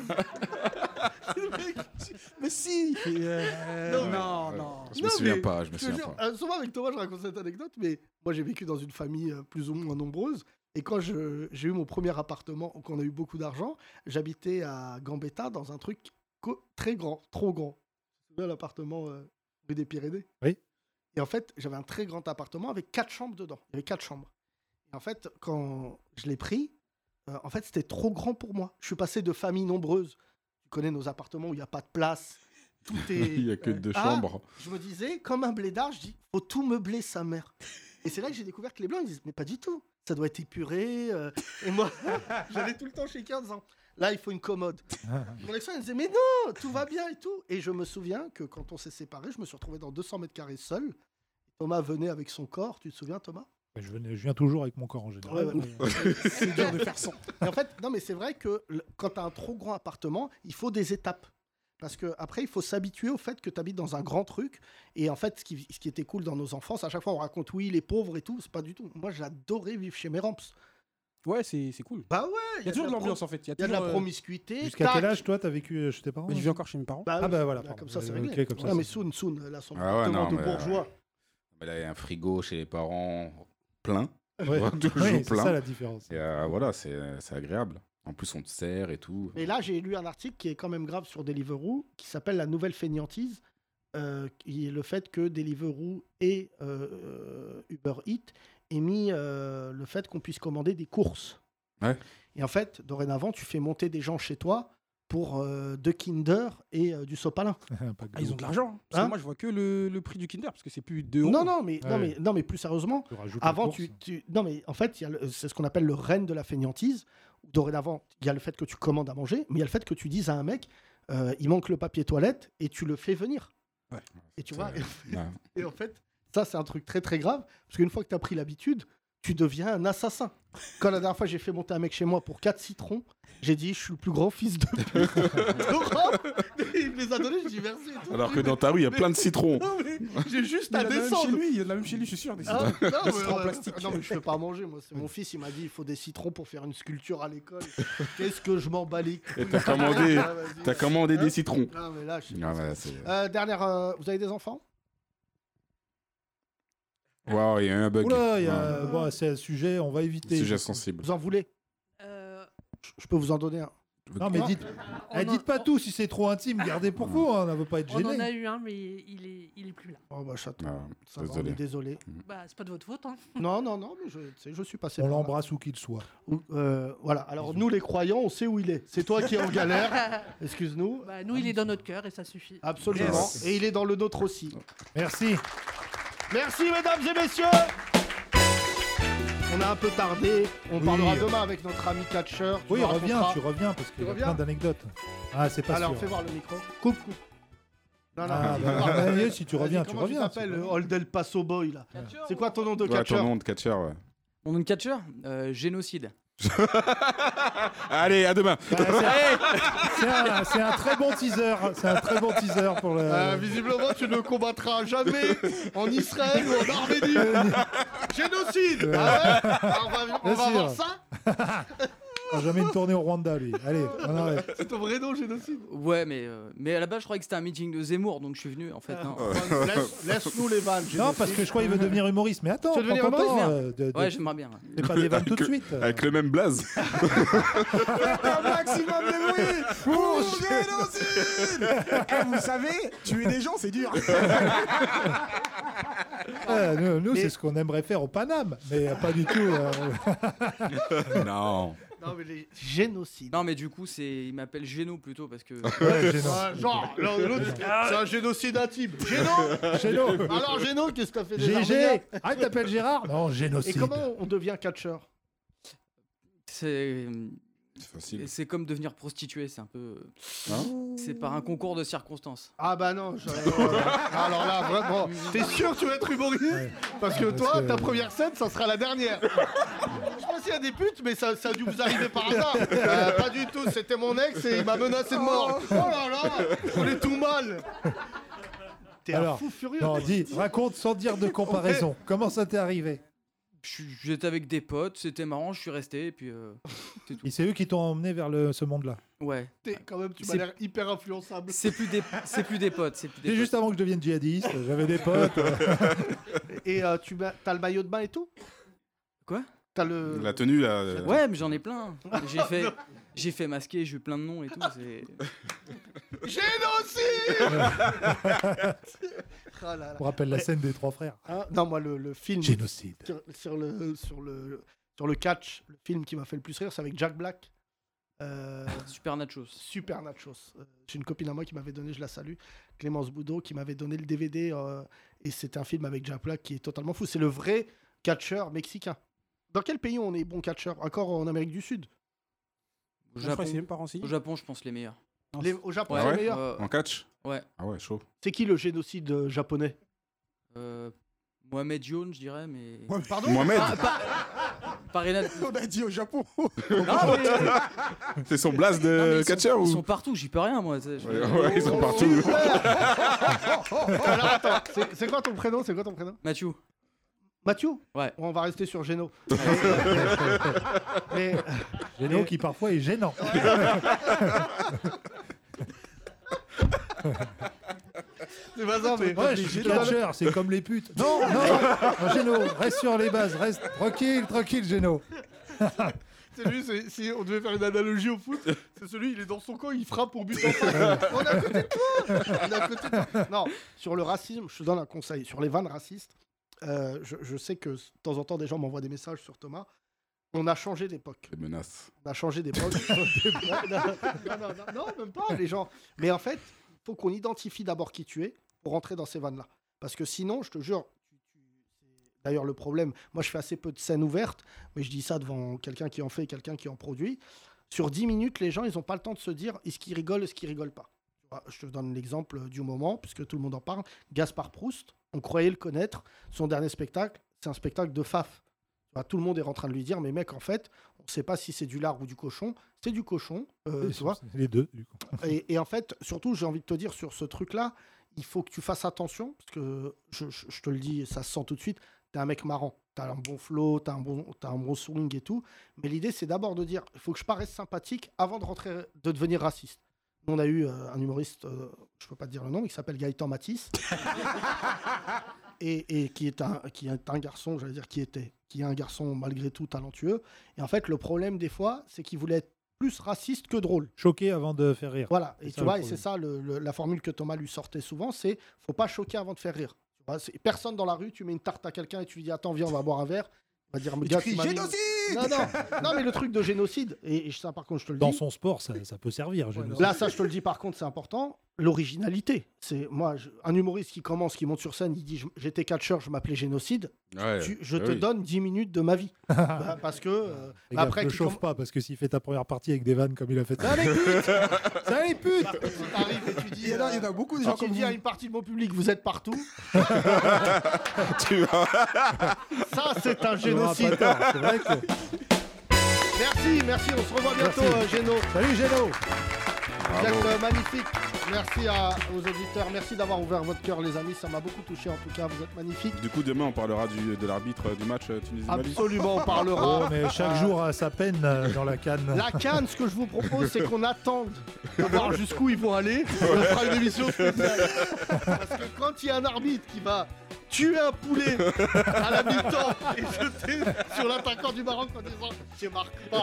Le mec, Mais si euh, Non, mais- Non, non. Je me Non, souviens mais pas, je me je te souviens jure, pas. euh, souvent avec Thomas, je raconte cette anecdote, mais moi j'ai vécu dans une famille euh, plus ou moins nombreuse. Et quand je- j'ai eu mon premier appartement, quand on a eu beaucoup d'argent, j'habitais à Gambetta dans un truc co- très grand, trop grand. C'est l'appartement euh, rue des Pyrénées. Oui. Et en fait, j'avais un très grand appartement avec quatre chambres dedans. Il y avait quatre chambres. Et en fait, quand je l'ai pris, euh, en fait, c'était trop grand pour moi. Je suis passé de famille nombreuse. Tu connais nos appartements où il n'y a pas de place. Tout est. Il y a que deux Ah, chambres. Je me disais, comme un blédard, je dis, faut tout meubler sa mère. Et c'est là que j'ai découvert que les blancs, ils disent, mais pas du tout. Ça doit être épuré. euh. Et moi, j'allais tout le temps chez Ikea en disant, là, il faut une commode. Mon ex elle disait, mais non, tout va bien et tout. Et je me souviens que quand on s'est séparés, je me suis retrouvé dans deux cents mètres carrés seul. Thomas venait avec son corps. Tu te souviens, Thomas? Je, venais- je viens toujours avec mon corps en général. Ouais, ouais, mais- C'est dur de faire sans. Et en fait, non, mais c'est vrai que le- quand tu as un trop grand appartement, il faut des étapes. Parce que après, il faut s'habituer au fait que tu habites dans un grand truc. Et en fait, ce qui, ce qui était cool dans nos enfances, à chaque fois, on raconte oui, les pauvres et tout. C'est pas du tout. Moi, j'adorais vivre chez mes ramps. Ouais, c'est c'est cool. Bah ouais, Il y a toujours de l'ambiance en fait. Il y a de la toujours, euh, promiscuité. Jusqu'à tac. quel âge, toi, t'as vécu euh, chez tes parents Mais je vis encore chez mes parents. Bah Ah oui, bah voilà, là, pardon. comme ça, c'est Euh, réglé. ok, comme ça, non, mais c'est- Soun, Soun, là, son Ah ouais, appartement non, de mais, bourgeois. Mais là, il y a un frigo chez les parents plein. Ouais. Toujours Ouais, c'est plein. ça la différence. Et euh, voilà, c'est c'est agréable. En plus, on te sert et tout. Et là, j'ai lu un article qui est quand même grave sur Deliveroo, qui s'appelle La nouvelle fainéantise, euh, qui est le fait que Deliveroo et euh, euh, Uber Eats aient mis euh, le fait qu'on puisse commander des courses. Ouais. Et en fait, dorénavant, tu fais monter des gens chez toi pour euh, deux Kinder et euh, du sopalin. Pas Ah, ils ont de l'argent. hein. Parce Hein que moi, je vois que le, le prix du Kinder, parce que c'est plus deux euros. Non, non, mais, non, Ouais. mais, non, mais plus sérieusement, Tu rajoutes les avant, courses. tu, tu- Non, mais en fait, il y a le- c'est ce qu'on appelle le règne de la fainéantise. Dorénavant, il y a le fait que tu commandes à manger, mais il y a le fait que tu dises à un mec, euh, il manque le papier toilette, et tu le fais venir. Ouais. Et tu vois, Ouais. et en fait, ça, c'est un truc très très grave, parce qu'une fois que tu as pris l'habitude, tu deviens un assassin. Quand la dernière fois, j'ai fait monter un mec chez moi pour quatre citrons, j'ai dit, je suis le plus grand fils de pute d'Europe. Et il me les a donnés, j'ai dit merci. et tout. Alors que dans ta rue, il y a plein de citrons. Non, mais j'ai juste Mais à il y en a même chez descendre. lui, il y en a même chez lui, je suis sûr. Des Ah, citrons. non, Des mais, citrons en ouais, plastique. non, mais je fais pas à manger, moi. C'est mon fils, il m'a dit il faut des citrons pour faire une sculpture à l'école. Qu'est-ce que je m'en bats les couilles. Et t'as commandé, Ah, vas-y. t'as commandé Hein des citrons. Non, mais là, je sais Ah pas. ouais, c'est- Euh, dernière, euh, vous avez des enfants? Waouh, il y a eu un bug. Oula, il y a... Ouais. bon, c'est un sujet, on va éviter. Sujet sensible. Vous en voulez? Euh, Je- Je peux vous en donner un. Non, mais dites, On eh, en- dites pas tout, si c'est trop intime, gardez pour vous, hein, on ne veut pas être On en a gêné. eu un, mais il est, il est plus là. Oh bah chaton. Ah, Ça va, on désolé. est désolé. Bah, c'est pas de votre faute. Hein. Non, non, non, mais je, tu sais, je suis passé. On par là. l'embrasse où qu'il soit. Ou- euh, voilà, alors nous les croyants, on sait où il est. C'est toi qui es en galère. Excuse-nous. Bah, nous, il est dans notre cœur et ça suffit. Absolument. Yes. Et il est dans le nôtre aussi. Merci. Merci mesdames et messieurs. On a un peu tardé. On Oui. parlera demain avec notre ami catcheur. Tu Oui, nous reviens, raconteras- tu reviens, parce qu'il y a reviens plein d'anecdotes. Ah, c'est pas Alors, sûr. fais voir le micro. Coupe, coupe. Non, non, Ah, fais bah, voir. bah, oui, si tu Vas-y, reviens, tu comment reviens, Tu t'appelles c'est le pas Old El Paso Boy là. C'est quoi ton nom de Ouais, catcheur ton nom de catcheur, ouais. Mon nom de catcheur euh, Génocide. Allez, à demain. Bah, c'est- c'est un, c'est un très bon teaser. C'est un très bon teaser pour le. Euh, visiblement, tu ne combattras jamais en Israël ou en Arménie. Génocide. Ah ouais. Alors, on va, on Bien va sûr. voir ça. On a jamais une tournée au Rwanda, lui. Allez, on arrête. C'est ton vrai nom, génocide. Ouais, mais, euh, mais à la base, je croyais que c'était un meeting de Zemmour, donc je suis venu en fait. non. Laisse- Laisse-nous les vannes. Non, génocide. parce que je crois qu'il veut devenir humoriste. Mais attends, Tu veux devenir prends ton humoriste, temps, merde. euh, de- de- Ouais, j'aimerais bien. ouais. Fais pas des vannes tout de Que- suite. Avec le même blaze. Un maximum de bruit pour génocide. Eh, vous savez, tuer des gens, c'est dur. Euh, nous, nous, Et- c'est ce qu'on aimerait faire au Paname, mais pas du tout. euh, Non. Non, mais les génocides. Non, mais du coup, c'est, il m'appelle Géno plutôt parce que. ouais, gênant. Ouais, genre, l'autre, c'est un génocide intime. Géno. Géno. Alors, Géno, qu'est-ce que t'as fait des G Arméniens G. Ah, il t'appelle Gérard? Non, Et génocide. comment on devient catcheur? C'est, C'est facile. c'est comme devenir prostituée, c'est un peu. Hein C'est par un concours de circonstances. Ah bah non, je- euh, alors là, vraiment, t'es sûr que tu vas être humoriste? Ouais. Parce que Parce toi, que- ta première scène, ça sera la dernière. Je sais pas s'il y a des putes, mais ça, ça a dû vous arriver par hasard. Euh, pas du tout, c'était mon ex et il m'a menacé de mort. Oh là là, on est tout mal. T'es un Alors, fou furieux. non, dis, raconte sans dire de comparaison. Comment ça t'est arrivé? Je suis- J'étais avec des potes, c'était marrant, je suis resté, et puis. euh, c'est tout. Et c'est eux qui t'ont emmené vers le, ce monde-là. Ouais. T'es- quand même, tu m'as C'est- l'air hyper influençable. C'est plus des, c'est plus des potes, c'est plus des C'est potes. juste avant que je devienne djihadiste, j'avais des potes. Et euh, tu as, t'as le maillot de bain et tout? Quoi? T'as le... La tenue, là. euh, Ouais, mais j'en ai plein. J'ai fait, j'ai fait masquer, j'ai eu plein de noms et tout. C'est... Génocide. Oh là là. On rappelle la scène des trois frères. Hein, non, moi, le, le film Génocide. sur, sur le, sur, le, sur le catch, le film qui m'a fait le plus rire, c'est avec Jack Black. Euh, Super Nachos. Super Nachos. Euh, J'ai une copine à moi qui m'avait donné, je la salue, Clémence Boudot, qui m'avait donné le D V D. euh, et c'était un film avec Jack Black qui est totalement fou. C'est le vrai catcheur mexicain. Dans quel pays on est bon catcheur? Encore en Amérique du Sud? Au Je crois que Japon, c'est même pas renseigné. au Japon, je pense les meilleurs. Les- Au Japon, Ouais. c'est Ah le ouais meilleur. Euh, En catch ouais. Ah ouais, chaud. C'est qui le génocide euh, japonais? Euh, Mohamed Youn, je dirais, mais. Pardon? Mohamed Ah, pas, pas Renan- On a dit au Japon. Non, mais- C'est son blaze non, mais de ils sont- catcheur Ils ou sont partout, j'y peux rien, moi. tu sais, je- Ouais, ouais, ils sont partout. Alors attends, c'est- c'est quoi ton prénom? C'est quoi ton prénom? Mathieu. Mathieu? Ouais. On va rester sur Géno. Mais, Géno qui parfois est gênant. c'est pas ça, mais Ouais, je suis catcheur, c'est comme les putes. Non, non, non, Géno, reste sur les bases, reste tranquille, tranquille, Géno. c'est lui, c'est- si on devait faire une analogie au foot, c'est celui, il est dans son camp, il frappe pour but en face. On est à côté de toi. On est à côté de toi. Non, sur le racisme, je te donne un conseil. Sur les vannes racistes, euh, je, je sais que de temps en temps, des gens m'envoient des messages sur Thomas. On a changé d'époque. Des menaces. On a changé d'époque. non, non, non, non, non, même pas, les gens. Mais en fait, il faut qu'on identifie d'abord qui tu es pour rentrer dans ces vannes-là. Parce que sinon, je te jure, tu- tu- c'est d'ailleurs le problème. Moi, je fais assez peu de scènes ouvertes, mais je dis ça devant quelqu'un qui en fait et quelqu'un qui en produit. Sur dix minutes, les gens, ils n'ont pas le temps de se dire est-ce qu'ils rigolent, est-ce qu'ils rigolent pas. Tu vois, je te donne l'exemple du moment, puisque tout le monde en parle. Gaspard Proust, on croyait le connaître. Son dernier spectacle, c'est un spectacle de Faf. Tu vois, tout le monde est en train de lui dire mais mec, en fait, on ne sait pas si c'est du lard ou du cochon. C'est du cochon, euh, tu vois. Les deux, du coup. Et, et en fait, surtout, j'ai envie de te dire sur ce truc-là, il faut que tu fasses attention, parce que je, je- je te le dis, ça se sent tout de suite, t'es un mec marrant, t'as un bon flow, t'as un bon, t'as un bon swing et tout, mais l'idée, c'est d'abord de dire, il faut que je paraisse sympathique avant de, rentrer, de devenir raciste. Nous, on a eu euh, un humoriste, euh, je peux pas te dire le nom, mais qui s'appelle Gaëtan Matisse, et, et qui, est un, qui est un garçon, j'allais dire qui était, qui est un garçon malgré tout talentueux, et en fait, le problème des fois, c'est qu'il voulait être plus raciste que drôle. Choquer avant de faire rire. Voilà, C'est et ça, tu le vois, et problème. c'est ça le- le- la formule que Thomas lui sortait souvent, c'est faut pas choquer avant de faire rire. Tu vois, c'est- personne dans la rue, tu mets une tarte à quelqu'un et tu lui dis attends viens on va boire un verre, il va dire mais Et gars, tu tu cries m'as mis- génocide. Non non, non mais le truc de génocide et, et ça par contre je te le Dans dis. son sport, ça, ça peut servir. génocide. Là ça je te le dis par contre c'est important, l'originalité. C'est moi je- un humoriste qui commence, qui monte sur scène, il dit je- j'étais catcheur, je m'appelais génocide. Ouais, Tu- je bah te oui. donne dix minutes de ma vie. Bah, parce que euh, Fais gaffe, après ne qui chauffe pas, parce que s'il fait ta première partie avec des vannes comme il a fait. Ça les putes Ça les putes T'arrives et tu dis. Il y en a- il y en a beaucoup de gens quand tu comme dis vous. à une partie de mon public, vous êtes partout. Tu vois. Ça, c'est un Tu n'auras génocide. pas tort, c'est vrai que- Merci, merci. On se revoit bientôt, Merci. euh, Géno. Salut Géno. Vous êtes euh, magnifiques. Merci à, aux auditeurs. Merci d'avoir ouvert votre cœur, les amis. Ça m'a beaucoup touché, en tout cas. Vous êtes magnifiques. Du coup, demain, on parlera du, de l'arbitre du match euh, Tunisie-Mali. Absolument, on parlera. Oh, mais chaque Euh, jour a sa peine euh, dans la canne. La canne, ce que je vous propose, c'est qu'on attende de voir jusqu'où ils vont aller. On fera une émission spéciale. Parce que quand il y a un arbitre qui va tuer un poulet à la mi-temps et jeter sur l'attaquant du Maroc en disant « Je marque pas ».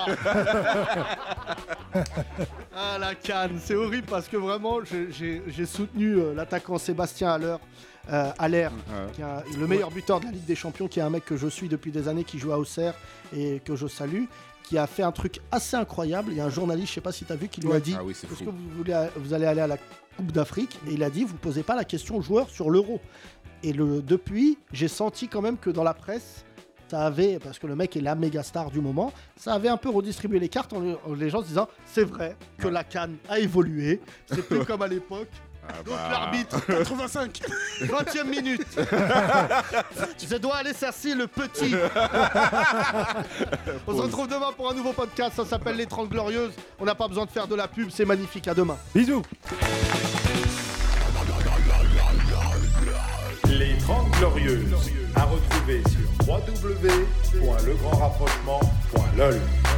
Ah, la canne, c'est horrible parce que vraiment, j'ai- j'ai j'ai soutenu euh, l'attaquant Sébastien Haller. Euh, Haller, Ouais. qui est un- le meilleur buteur de la Ligue des Champions, qui est un mec que je suis depuis des années, qui joue à Auxerre et que je salue, qui a fait un truc assez incroyable. Il y a un journaliste, je sais pas si tu as vu, qui lui a dit Ah oui, c'est est-ce fou. que vous, voulez, vous allez aller à la Coupe d'Afrique? Et il a dit vous posez pas la question aux joueurs sur l'Euro. Et le, depuis, j'ai senti quand même que dans la presse, ça avait, parce que le mec est la méga star du moment, ça avait un peu redistribué les cartes en, en les gens se disant c'est vrai que la CAN a évolué, c'est plus comme à l'époque. Ah Donc bah. l'arbitre, quatre-vingt-cinq. vingtième minute. Je dois aller chercher le petit. On se retrouve demain pour un nouveau podcast. Ça s'appelle Les trente Glorieuses. On n'a pas besoin de faire de la pub. C'est magnifique. À demain. Bisous. Les trente Glorieuses, à retrouver sur w w w point le grand rapprochement point l o l.